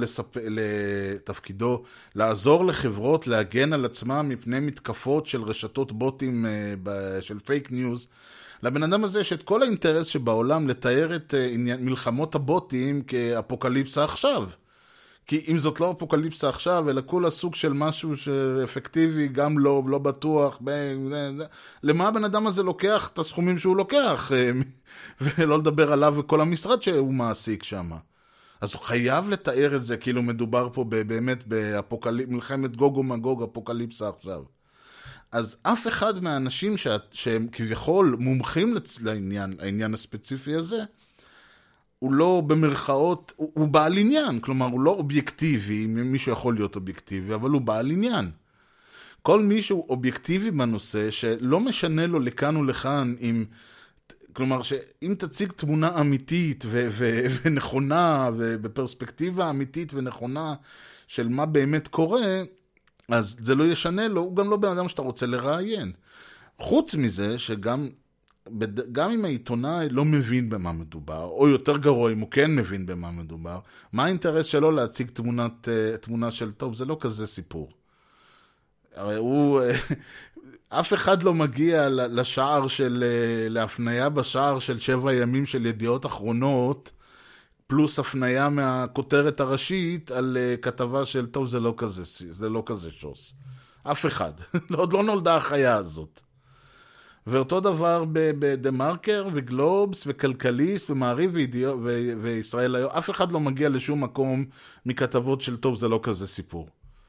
תפקידו לעזור לחברות להגן על עצמם מפני מתקפות של רשתות בוטים של פייק ניוז, לבן אדם הזה יש את כל האינטרס שבעולם לתאר את מלחמות הבוטים כאפוקליפסה עכשיו. כי אם זאת לא אפוקליפסה עכשיו, אלא כולה סוג של משהו שאפקטיבי, גם לא בטוח, למה הבן אדם הזה לוקח את הסכומים שהוא לוקח, ולא לדבר עליו וכל המשרד שהוא מעסיק שם. אז הוא חייב לתאר את זה, כאילו מדובר פה באמת מלחמת גוג ומגוג, אפוקליפסה עכשיו. אז אף אחד מהאנשים שהם כביכול מומחים לעניין הספציפי הזה, הוא לא במרכאות, הוא בעל עניין, כלומר הוא לא אובייקטיבי, מישהו יכול להיות אובייקטיבי, אבל הוא בעל עניין. כל מישהו אובייקטיבי בנושא, שלא משנה לו לכאן ולכאן, כלומר שאם תציג תמונה אמיתית ונכונה, ובפרספקטיבה אמיתית ונכונה, של מה באמת קורה, אז זה לא ישנה לו, הוא גם לא בן אדם שאתה רוצה לראיין. חוץ מזה שגם אם העיתונאי לא מבין במה מדובר, או יותר גרוע אם הוא כן מבין במה מדובר, מה האינטרס שלו להציג תמונה של טוב? זה לא כזה סיפור. הרי אף אחד לא מגיע לשער להפניה בשער של 7 ימים של ידיעות אחרונות, פלוס הפניה מהכותרת הראשית על כתבה של טוב, זה לא כזה שוס. אף אחד. עוד לא נולדה החיה הזאת. ואותו דבר בדה-מרקר וגלובס וכלכליסט ומעריב וישראל היום. אף אחד לא מגיע לשום מקום מכתבות של טוב, זה לא כזה סיפור.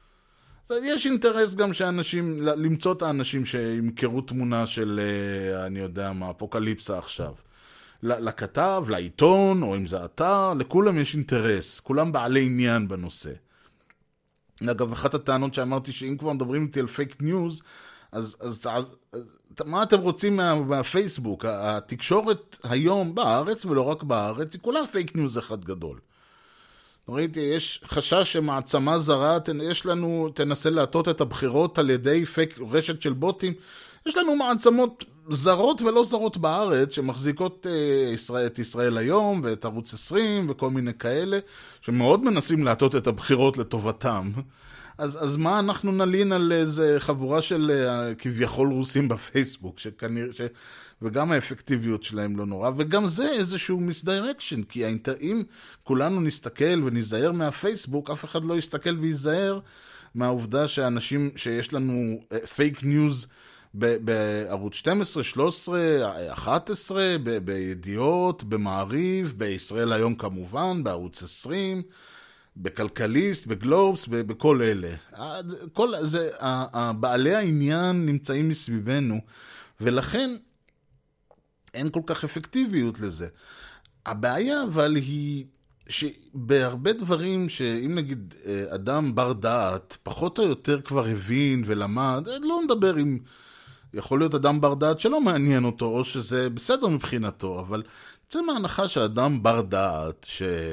יש אינטרס גם שאנשים, למצוא את האנשים שימכרו תמונה של, אני יודע מה, אפוקליפסה עכשיו. לכתב, לעיתון, או אם זה אתר, לכולם יש אינטרס. כולם בעלי עניין בנושא. אגב, אחת הטענות שאמרתי שאם כבר מדברים איתי על פייק ניוז, אז מה אתם רוצים מהפייסבוק? התקשורת היום בארץ, ולא רק בארץ, היא כולה פייק ניוז אחד גדול. ראיתי, יש חשש שמעצמה זרה, תנסה להטות את הבחירות על ידי פייק, רשת של בוטים. יש לנו מעצמות זרות ולא זרות בארץ, שמחזיקות את ישראל היום, ואת ערוץ 20, וכל מיני כאלה, שמאוד מנסים להטות את הבחירות לטובתם. אז מה אנחנו נלין על איזה חבורה של כביכול רוסים בפייסבוק, וגם האפקטיביות שלהם לא נורא, וגם זה איזשהו misdirection, כי אם כולנו נסתכל ונזהר מהפייסבוק, אף אחד לא יסתכל ויזהר מהעובדה שאנשים, שיש לנו פייק ניוז בערוץ 12, 13, 11, בידיעות, במעריב, בישראל היום כמובן, בערוץ 20, בכלכליסט, בגלובס, בכל אלה. בעלי העניין נמצאים מסביבנו, ולכן אין כל כך אפקטיביות לזה. הבעיה אבל היא שבהרבה דברים שאם נגיד אדם בר דעת, פחות או יותר כבר הבין ולמד, לא מדבר עם, יכול להיות אדם בר דעת שלא מעניין אותו, או שזה בסדר מבחינתו, אבל זה מההנחה שאדם בר דעת,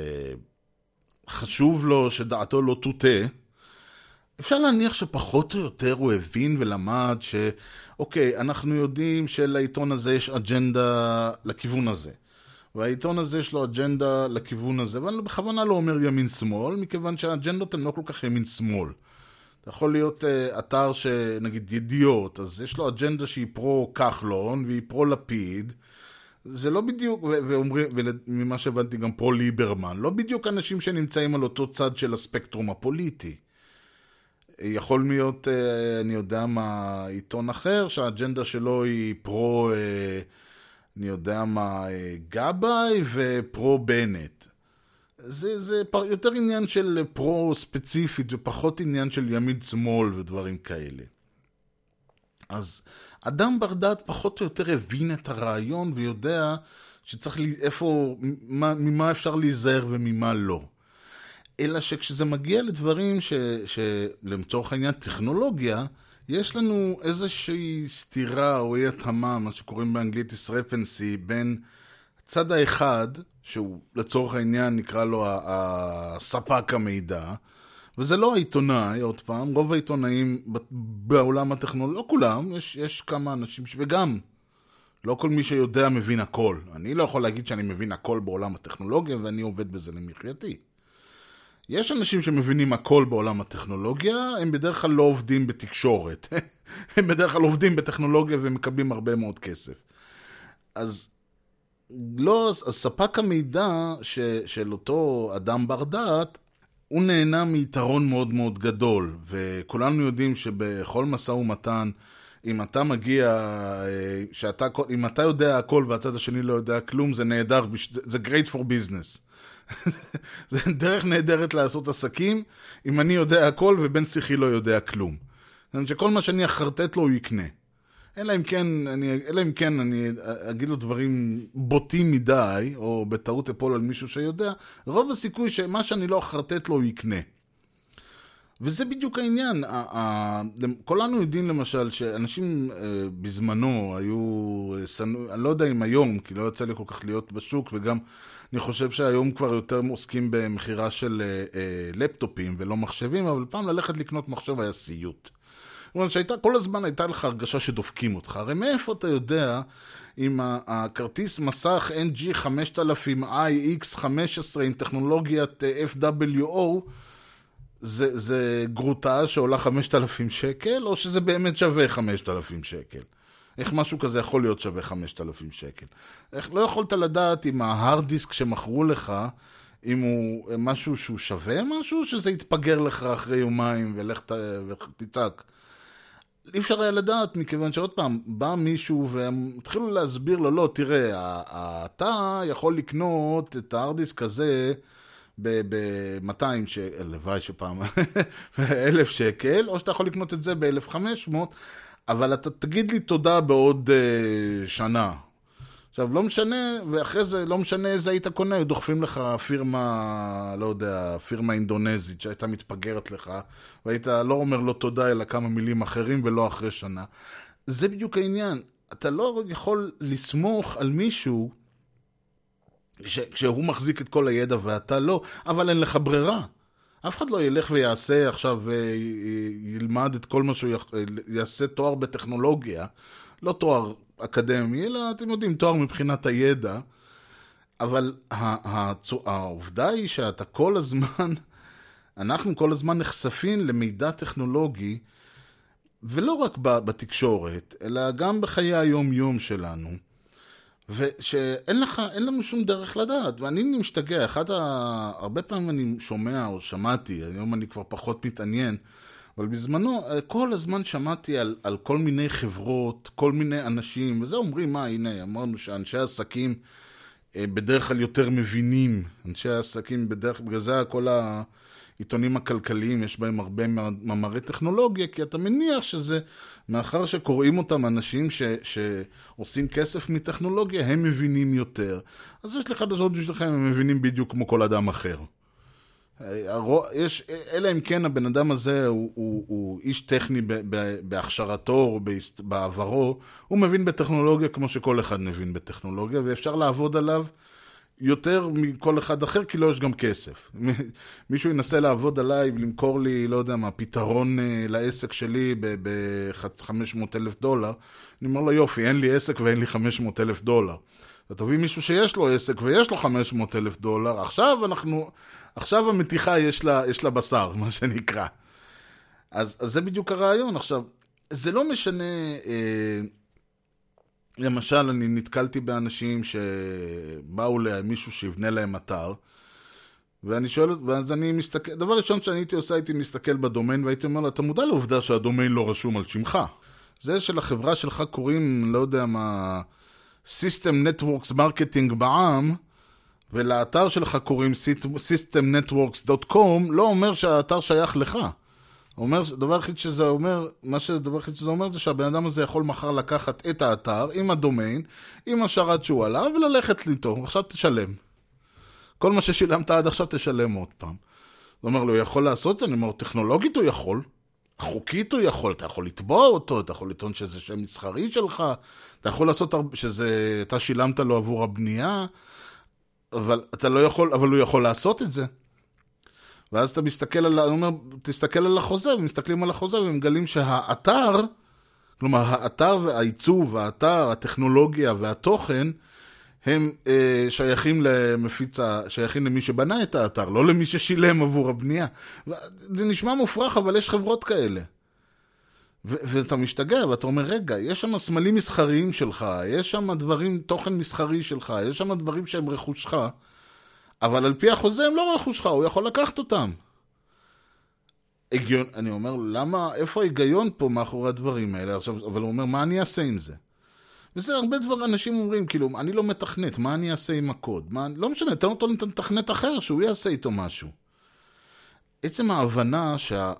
חשוב לו שדעתו לא תוטה, אפשר להניח שפחות או יותר הוא הבין ולמד שאוקיי, אנחנו יודעים שלעיתון הזה יש אג'נדה לכיוון הזה, והעיתון הזה יש לו אג'נדה לכיוון הזה, ואני בכוונה לא אומר ימין-שמאל, מכיוון שהאג'נדות הן לא כל כך ימין-שמאל. זה יכול להיות אתר שנגיד ידיעות, אז יש לו אג'נדה שהיא פרו-כחלון והיא פרו-לפיד, זה לא בדיוק, וממה שהבנתי גם פרו-ליברמן, לא בדיוק אנשים שנמצאים על אותו צד של הספקטרום הפוליטי. יכול להיות, אני יודע מה, עיתון אחר, שהאג'נדה שלו היא פרו, אני יודע מה, גבאי ופרו-בנט. זה יותר עניין של פרו-ספציפית ופחות עניין של ימין-שמאל ודברים כאלה. אז אדם בר דעת פחות או יותר הבין את הרעיון ויודע שצריך ממה אפשר להיזהר וממה לא. אלא שכשזה מגיע לדברים שלמצורך העניין טכנולוגיה, יש לנו איזושהי סתירה או אי התאמה, מה שקוראים באנגלית discrepancy, בין הצד האחד, שהוא לצורך העניין נקרא לו הספק המידע, וזה לא העיתונאי, עוד פעם, רוב העיתונאים בעולם הטכנולוגיה, לא כולם, יש כמה אנשים וגם לא כל מי שיודע מבין הכל. אני לא יכול להגיד שאני מבין הכל בעולם הטכנולוגיה, ואני עובד בזה למחייתי. יש אנשים שמבינים הכל בעולם הטכנולוגיה, הם בדרך כלל לא עובדים בתקשורת. הם בדרך כלל עובדים בטכנולוגיה ומקבלים הרבה מאוד כסף. אז ספק המידע של אותו אדם בר דעת, הוא נהנה מיתרון מאוד מאוד גדול, וכולנו יודעים שבכל משא ומתן, אם אתה מגיע, אם אתה יודע הכל והצד השני לא יודע כלום, זה נהדר, זה great for business. זה דרך נהדרת לעשות עסקים, אם אני יודע הכל ובן שיחי לא יודע כלום. שכל מה שאני אחרטט לו הוא יקנה. אלא אם כן אני אגיד לו דברים בוטים מדי, או בטעות אפול על מישהו שיודע, רוב הסיכוי שמה שאני לא אחרטט לו הוא יקנה. וזה בדיוק העניין. כולנו יודעים למשל שאנשים בזמנו היו, אני לא יודע אם היום, כי לא יוצא לי כל כך להיות בשוק, וגם אני חושב שהיום כבר יותר עוסקים במחירה של לפטופים ולא מחשבים, אבל פעם ללכת לקנות מחשב היה סיוט. כל הזמן הייתה לך הרגשה שדופקים אותך. הרי מאיפה אתה יודע אם הכרטיס מסך NG 5000iX15 עם טכנולוגיית FWO זה גרוטה שעולה 5,000 שקל, או שזה באמת שווה 5,000 שקל? איך משהו כזה יכול להיות שווה 5,000 שקל? איך לא יכולת לדעת אם ההארד דיסק שמכרו לך, אם הוא משהו שהוא שווה משהו, שזה יתפגר לך אחרי יומיים ולך תצעק? אי אפשר היה לדעת, מכיוון שעוד פעם בא מישהו והם התחילו להסביר לו, לא, תראה, אתה יכול לקנות את ההארד דיסק הזה ב-200 שקל, לוואי שפעם, 1,000 שקל, או שאתה יכול לקנות את זה ב-1,500, אבל אתה תגיד לי תודה בעוד שנה. עכשיו, לא משנה, ואחרי זה לא משנה איזה היית קונה, דוחפים לך פירמה, לא יודע, פירמה אינדונזית שהייתה מתפגרת לך, והיית לא אומר לו תודה, אלא כמה מילים אחרים, ולא אחרי שנה. זה בדיוק העניין. אתה לא יכול לסמוך על מישהו, כשהוא מחזיק את כל הידע ואתה לא, אבל אין לך ברירה. אף אחד לא ילך ויעשה עכשיו, ילמד את כל מה שהוא יעשה תואר בטכנולוגיה, לא תואר אקדמי, אלא אתם יודעים, תואר מבחינת הידע, אבל העובדה היא שאתה כל הזמן, אנחנו כל הזמן נחשפים למידע טכנולוגי, ולא רק בתקשורת, אלא גם בחיי היום-יום שלנו, ושאין לנו שום דרך לדעת, ואני משתגע, הרבה פעמים אני שומע או שמעתי, היום אני כבר פחות מתעניין, אבל בזמנו, כל הזמן שמעתי על כל מיני חברות, כל מיני אנשים, וזה אומרים, הנה, אמרנו שאנשי העסקים בדרך כלל יותר מבינים, אנשי העסקים בגלל זה כל העיתונים הכלכליים, יש בהם הרבה מאמרי טכנולוגיה, כי אתה מניח שזה, מאחר שקוראים אותם אנשים שעושים כסף מטכנולוגיה, הם מבינים יותר. אז יש לך דזות בשבילכם, הם מבינים בדיוק כמו כל אדם אחר. אלא אם כן הבן אדם הזה הוא איש טכני בהכשרתו או בעברו, הוא מבין בטכנולוגיה כמו שכל אחד מבין בטכנולוגיה, ואפשר לעבוד עליו יותר מכל אחד אחר, כי לא יש גם כסף. מישהו ינסה לעבוד עליי ולמכור לי, לא יודע מה, פתרון לעסק שלי ב$500,000, אני אומר לו, יופי, אין לי עסק ואין לי $500,000. ותביא מישהו שיש לו עסק ויש לו $500,000, עכשיו המתיחה יש לה בשר, מה שנקרא. אז זה בדיוק הרעיון. עכשיו, זה לא משנה, למשל, אני נתקלתי באנשים שבאו למישהו שיבנה להם אתר, ואני שואל, ואז אני מסתכל, דבר ראשון שאני הייתי עושה, הייתי מסתכל בדומיין, והייתי אומר לו, אתה מודע לעובדה שהדומיין לא רשום על שמך. זה שלחברה שלך קוראים, לא יודע מה, System Networks Marketing בעם, ולאתר שלך קוראים systemnetworks.com, לא אומר שהאתר שייך לך. דבר היחיד שזה אומר, זה שהבן אדם הזה יכול מחר לקחת את האתר עם הדומיין, עם השרת שהוא עליו, וללכת איתו. עכשיו תשלם. כל מה ששילמת עד עכשיו תשלם עוד פעם. זאת אומרת, הוא יכול לעשות את זה, אני אומר, טכנולוגית הוא יכול, חוקית הוא יכול, אתה יכול לתבוע אותו, אתה יכול לטעון שזה שם מסחרי שלך, אתה יכול לעשות אתה שילמת לו עבור הבנייה, אבל הוא יכול לעשות את זה. ואז אתה תסתכל על החוזר, ומסתכלים על החוזר, ומגלים שהאתר, כלומר, האתר והעיצוב, האתר, הטכנולוגיה והתוכן, הם שייכים למי שבנה את האתר, לא למי ששילם עבור הבנייה. זה נשמע מופרך, אבל יש חברות כאלה. ואתה משתגע, ואתה אומר, רגע, יש שם סמלים מסחריים שלך, יש שם תוכן מסחרי שלך, יש שם דברים שהם רכושך, אבל על פי החוזה הם לא רכושך, הוא יכול לקחת אותם. אני אומר, איפה ההיגיון פה מאחורי הדברים האלה? עכשיו, אבל הוא אומר, מה אני אעשה עם זה? וזה הרבה דבר אנשים אומרים, כאילו, אני לא מתכנת, מה אני אעשה עם הקוד? לא משנה, תן אותו לתכנת אחר, שהוא יעשה איתו משהו. עצם ההבנה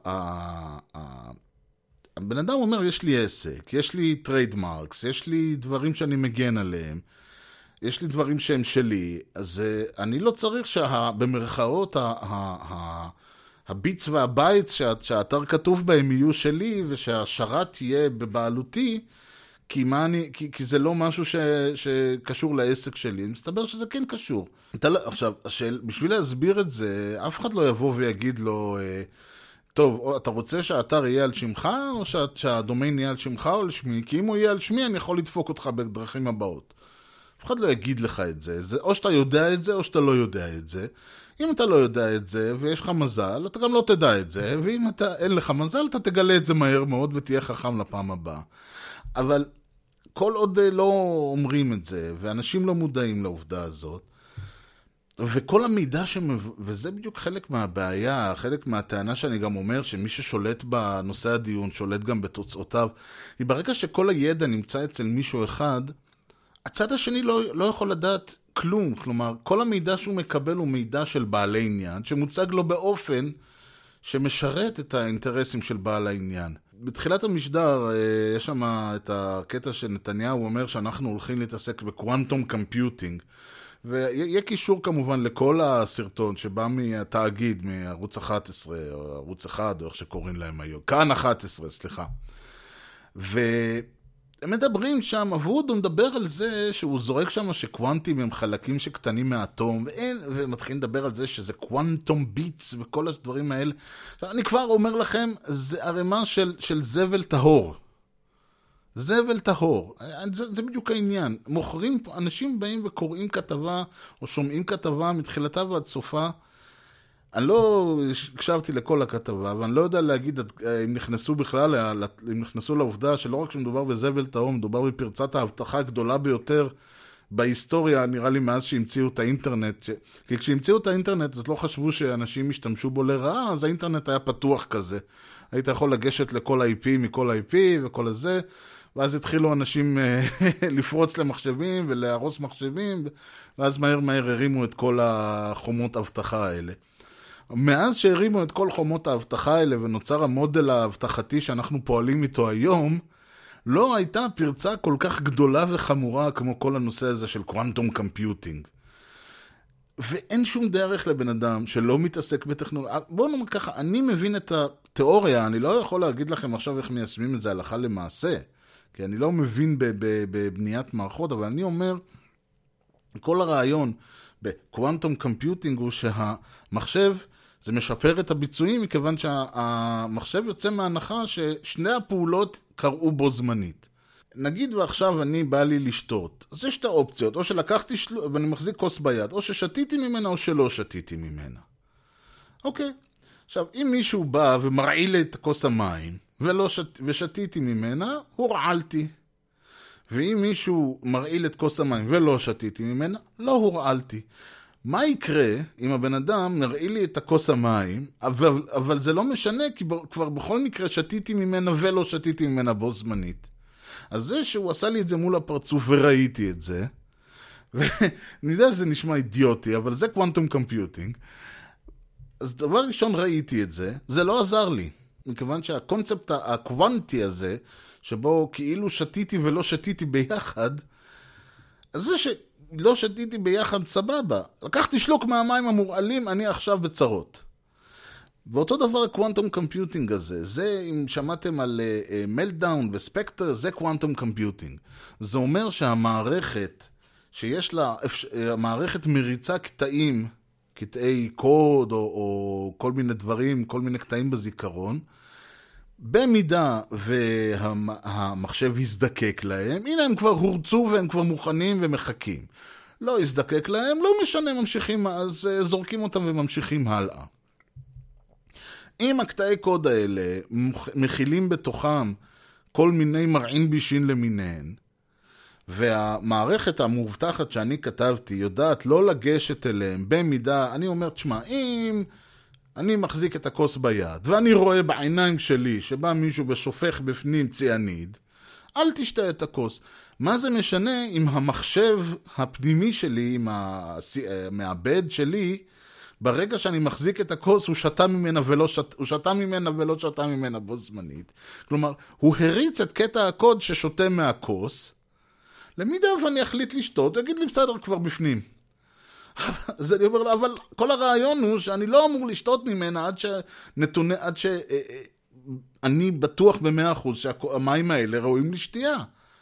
הבן אדם אומר, יש לי עסק, יש לי טריידמרקס, יש לי דברים שאני מגן עליהם, יש לי דברים שהם שלי, אז אני לא צריך במרכאות הביץ והבייץ שהאתר כתוב בהם יהיו שלי, ושהשרת יהיה בבעלותי, כי זה לא משהו שקשור לעסק שלי. מסתבר שזה כן קשור. עכשיו, בשביל להסביר את זה, אף אחד לא יבוא ויגיד לו, טוב, אתה רוצה שהאתר יהיה על שמך, או שהדומיין יהיה על שמך או על שמי? כי אם הוא יהיה על שמי, אני יכול לדפוק אותך בדרכים הבאות. אף אחד לא יגיד לך את זה. או שאתה יודע את זה, או שאתה לא יודע את זה. אם אתה לא יודע את זה, ויש לך מזל, אתה גם לא תדע את זה. ואם אין לך מזל, אתה תגלה את זה מהר מאוד, ותהיה חכם לפעם הבאה. אבל כל עוד לא אומרים את זה, ואנשים לא מודעים לעובדה הזאת, וכל המידע וזה בדיוק חלק מהבעיה, חלק מהטענה שאני גם אומר, שמי ששולט בנושא הדיון, שולט גם בתוצאותיו, היא ברגע שכל הידע נמצא אצל מישהו אחד, הצד השני לא יכול לדעת כלום. כלומר, כל המידע שהוא מקבל הוא מידע של בעלי עניין, שמוצג לו באופן שמשרת את האינטרסים של בעל העניין. בתחילת המשדר יש שם את הקטע של נתניהו, הוא אומר שאנחנו הולכים להתעסק בקוואנטום קמפיוטינג, ויהיה קישור כמובן לכל הסרטון שבא מהתאגיד, מערוץ 11 או ערוץ 1 או איך שקוראים להם היום, כאן 11, סליחה. הם מדברים שם, אבוד הוא מדבר על זה שהוא זורק שם שקוונטים הם חלקים שקטנים מהאטום, ומתחיל לדבר על זה שזה קוונטום ביטס וכל הדברים האלה. אני כבר אומר לכם, זה ערימה של זבל טהור. זבל טהור. זה בדיוק העניין. אנשים באים וקוראים כתבה, או שומעים כתבה מתחילתה ועד סופה. אני לא הקשבתי לכל הכתבה, ואני לא יודע להגיד אם נכנסו בכלל, אם נכנסו לעובדה שלא רק שמדובר בזבל טהור, מדובר בפרצת ההבטחה הגדולה ביותר בהיסטוריה, נראה לי מאז שהמציאו את האינטרנט. כי כשהמציאו את האינטרנט, אז לא חשבו שאנשים ישתמשו בו לרעה, אז האינטרנט היה פתוח כזה. היית יכול לגשת לכל IP מכל IP וכל הזה, ואז התחילו אנשים לפרוץ למחשבים ולהרוס מחשבים, ואז מהר הרימו את כל החומות ההבטחה האלה. מאז שהרימו את כל חומות ההבטחה האלה ונוצר המודל ההבטחתי שאנחנו פועלים איתו היום, לא הייתה פרצה כל כך גדולה וחמורה כמו כל הנושא הזה של קוואנטום קמפיוטינג. ואין שום דרך לבן אדם שלא מתעסק בטכנולוגיה. בואו נאמר ככה, אני מבין את התיאוריה, אני לא יכול להגיד לכם עכשיו איך מיישמים את זה הלכה למעשה, כי אני לא מבין בבניית מערכות, אבל אני אומר, כל הרעיון בקוואנטום קמפיוטינג הוא שהמחשב, זה משפר את הביצועים, מכיוון שהמחשב יוצא מההנחה ששני הפעולות קראו בו זמנית. נגיד ועכשיו אני בא לי לשתות, אז יש שתי אופציות, או שלקחתי ואני מחזיק כוס ביד, או ששתיתי ממנה או שלא שתיתי ממנה. אוקיי, עכשיו אם מישהו בא ומרעיל לי את כוס המים ושתיתי ממנה, הורעלתי. ואם מישהו מרעיל את כוס המים ולא שתיתי ממנה, לא הורעלתי. מה יקרה אם הבן אדם מרעיל לי את הכוס המים, אבל זה לא משנה, כי כבר בכל מקרה שתיתי ממנה ולא שתיתי ממנה בו זמנית. אז זה שהוא עשה לי את זה מול הפרצוף וראיתי את זה, ואני יודע שזה נשמע אידיוטי, אבל זה קוואנטום קמפיוטינג. אז דבר ראשון ראיתי את זה, זה לא עזר לי. מכיוון שהקונספט הקוונטי הזה, שבו כאילו שתיתי ולא שתיתי ביחד, אז זה שלא שתיתי ביחד סבבה. לקחתי שלוק מהמים המורעלים, אני עכשיו בצרות. ואותו דבר הקוונטום קומפיוטינג הזה, זה אם שמעתם על מלטדאון וספקטר, זה קוונטום קומפיוטינג. זה אומר שהמערכת שיש לה, המערכת מריצה קטעי קוד או כל מיני דברים, כל מיני קטעים בזיכרון, במידה והמחשב יזדקק להם, הנה הם כבר הורצו והם כבר מוכנים ומחכים. לא יזדקק להם, לא משנה, ממשיכים, אז זורקים אותם וממשיכים הלאה. אם הקטעי קוד האלה מכילים בתוכם כל מיני מרעין בישין למיניהן, והמערכת המובטחת שאני כתבתי יודעת לא לגשת אליהם במידה, אני אומר, תשמע, אם אני מחזיק את הכוס ביד, ואני רואה בעיניים שלי שבא מישהו ושופך בפנים ציאניד, אל תשתה את הכוס. מה זה משנה אם המחשב הפנימי שלי, עם המעבד שלי, ברגע שאני מחזיק את הכוס, הוא שתה ממנה ולא שתה ממנה בו זמנית. כלומר, הוא הריץ את קטע הקוד ששותה מהכוס, למידה ואני אחליט לשתות, הוא יגיד לי בסדר כבר בפנים. אז אני אומר לו, אבל כל הרעיון הוא שאני לא אמור לשתות ממנה עד שאני בטוח ב100% שהמים האלה ראויים לשתייה.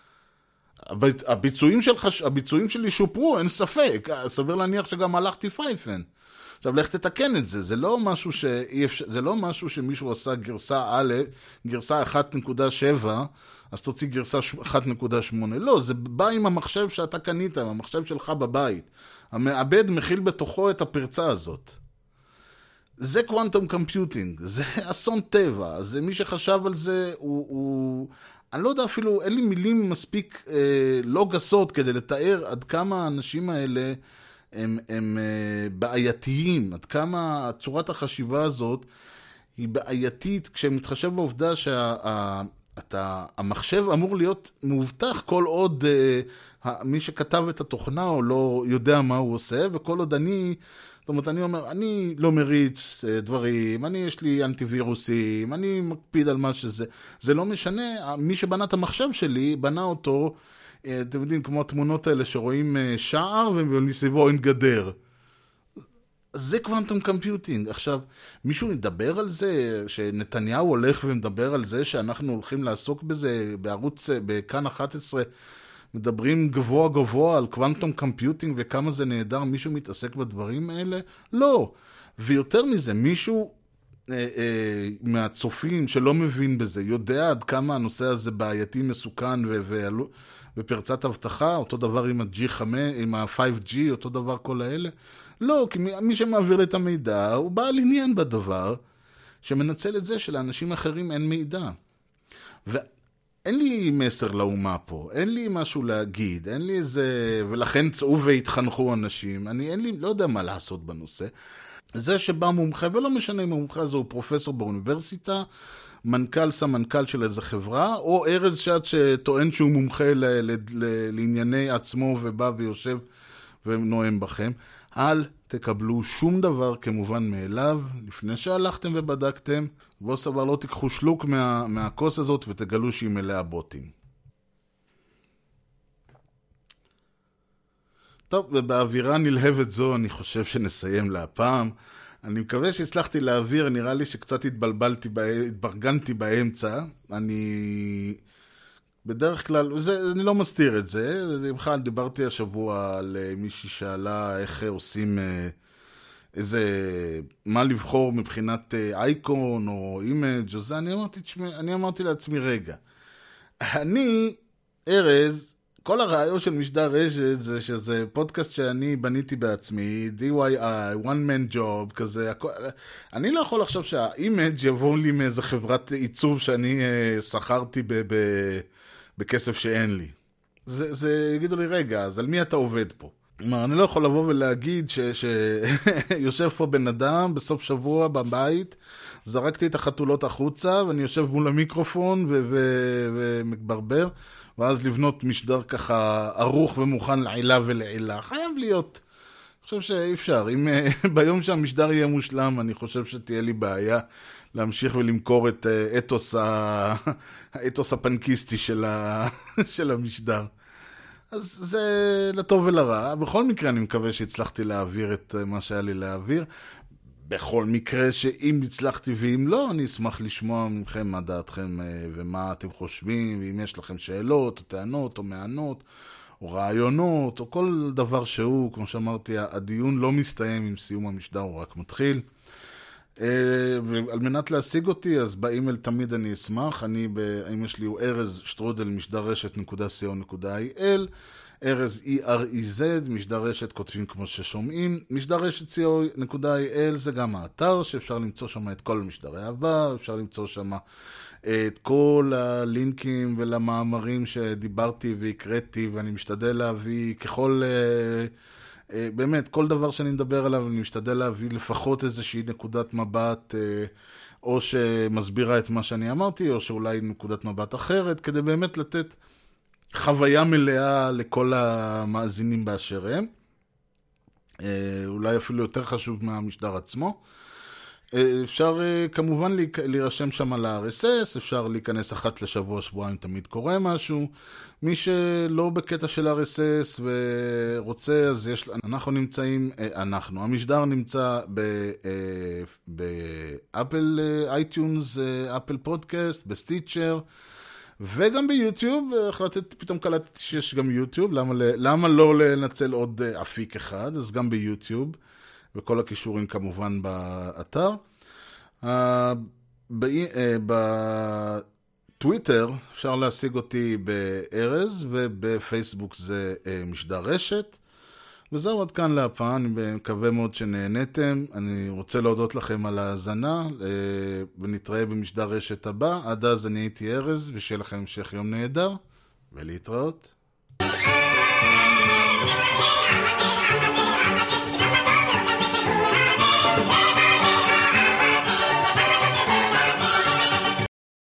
הביצועים שלי שופרו, אין ספק. סביר להניח שגם הלכתי פייפן. עכשיו, לך תתקן את זה. זה לא משהו שמישהו עשה גרסה א', גרסה 1.7, אז תוציא גרסה 1.8. לא, זה בא עם המחשב שאתה קנית, עם המחשב שלך בבית. המעבד מכיל בתוכו את הפרצה הזאת. זה קוונטום קומפיוטינג, זה אסון טבע. זה מי שחשב על זה, אני לא יודע אפילו, אין לי מילים מספיק לא גסות כדי לתאר עד כמה האנשים האלה הם בעייתיים, עד כמה צורת החשיבה הזאת היא בעייתית, כשמתחשב בעובדה שהמחשב אמור להיות מובטח כל עוד מי שכתב את התוכנה או לא יודע מה הוא עושה, וכל עוד זאת אומרת, אני אומר, אני לא מריץ דברים, יש לי אנטיווירוסים, אני מקפיד על מה שזה, זה לא משנה, מי שבנה את המחשב שלי, בנה אותו, אתם יודעים, כמו התמונות האלה שרואים שער ומסביבו אין גדר. זה קוונטום קומפיוטינג. עכשיו, מישהו ידבר על זה, שנתניהו הולך ומדבר על זה, שאנחנו הולכים לעסוק בזה בערוץ, בכאן 11, מדברים גבוה גבוה על קוונטום קומפיוטינג וכמה זה נהדר, מישהו מתעסק בדברים האלה? לא. ויותר מזה, מישהו מהצופים שלא מבין בזה, יודע עד כמה הנושא הזה בעייתי, מסוכן ופרצת הבטחה, אותו דבר עם ה-G5, עם ה-5G, אותו דבר כל האלה? לא, כי מי שמעביר את המידע, הוא בעל עניין בדבר, שמנצל את זה שלאנשים אחרים אין מידע. אין לי מסר לאומה פה, אין לי משהו להגיד, אין לי איזה, ולכן צאו והתחנכו אנשים, לא יודע מה לעשות בנושא. זה שבא מומחה, ולא משנה אם מומחה הזה הוא פרופסור באוניברסיטה, מנכ"ל, סמנכ"ל של איזה חברה, או ארז שאת שטוען שהוא מומחה לענייני עצמו ובא ויושב ונועם בכם, אל תקבלו שום דבר כמובן מאליו, לפני שהלכתם ובדקתם, בוא סבר לא תיקחו שלוק מהכוס הזאת ותגלו שהיא מלאה בוטים. טוב, ובאווירה נלהבת זו אני חושב שנסיים להפעם. אני מקווה שהצלחתי להעביר, נראה לי שקצת התברגנתי באמצע. אני בדרך כלל, אני לא מסתיר את זה, בכלל דיברתי השבוע על מישהי שאלה איך עושים מה לבחור מבחינת אייקון או אימג' או זה, אני אמרתי לעצמי רגע, אני, ארז, כל הרעיון של משדר רשת זה שזה פודקאסט שאני בניתי בעצמי, DIY, one man job, כזה, אני לא יכול לחשוב שהאימג' יבוא לי מאיזה חברת עיצוב שאני שכרתי בכסף שאין לי. זה יגידו לי, רגע, אז על מי אתה עובד פה? אני לא יכול לבוא ולהגיד שיושב פה בן אדם בסוף שבוע בבית, זרקתי את החתולות החוצה, ואני יושב מול המיקרופון ומקברבר, ואז לבנות משדר ככה ערוך ומוכן לעילה ולעילה. חייב להיות חושב שאי אפשר. אם ביום שהמשדר יהיה מושלם, אני חושב שתהיה לי בעיה להמשיך ולמכור את האתוס הפנקיסטי של המשדר. אז זה לטוב ולרע. בכל מקרה אני מקווה שהצלחתי להעביר את מה שהיה לי להעביר. בכל מקרה שאם הצלחתי ואם לא, אני אשמח לשמוע מכם מה דעתכם ומה אתם חושבים, ואם יש לכם שאלות או טענות או מענות או רעיונות או כל דבר שהוא, כמו שאמרתי, הדיון לא מסתיים עם סיום המשדר, הוא רק מתחיל. ועל מנת להשיג אותי, אז באימייל תמיד אני אשמח. האימייל שלי הוא erez@משדרשת.co.il, ארז EREZ, משדרשת כותבים כמו ששומעים. משדרשת co.il זה גם האתר שאפשר למצוא שם את כל משדרי העבר, אפשר למצוא שם את כל הלינקים ולמאמרים שדיברתי והקראתי, ואני משתדל להביא באמת, כל דבר שאני מדבר עליו, אני משתדל להביא לפחות איזושהי נקודת מבט, או שמסבירה את מה שאני אמרתי, או שאולי נקודת מבט אחרת, כדי באמת לתת חוויה מלאה לכל המאזינים באשר הם. אולי אפילו יותר חשוב מהמשדר עצמו. אפשר כמובן להירשם שם על ה-RSS, אפשר להיכנס אחת לשבוע, שבועיים, תמיד קורה משהו. מי שלא בקטע של RSS ורוצה, אז אנחנו נמצאים, המשדר נמצא באפל אייטיונס, אפל פודקאסט, בסטיצ'ר, וגם ביוטיוב. פתאום קלטתי שיש גם יוטיוב, למה לא לנצל עוד אפיק אחד, אז גם ביוטיוב. וכל הכישורים כמובן באתר. בטוויטר אפשר להשיג אותי בארז, ובפייסבוק זה משדר רשת. וזהו עד כאן להפעם, אני מקווה מאוד שנהנתם. אני רוצה להודות לכם על ההאזנה, ונתראה במשדר רשת הבא. עד אז אני הייתי ארז, ושיהיה לכם המשך יום נהדר, ולהתראות. Wow.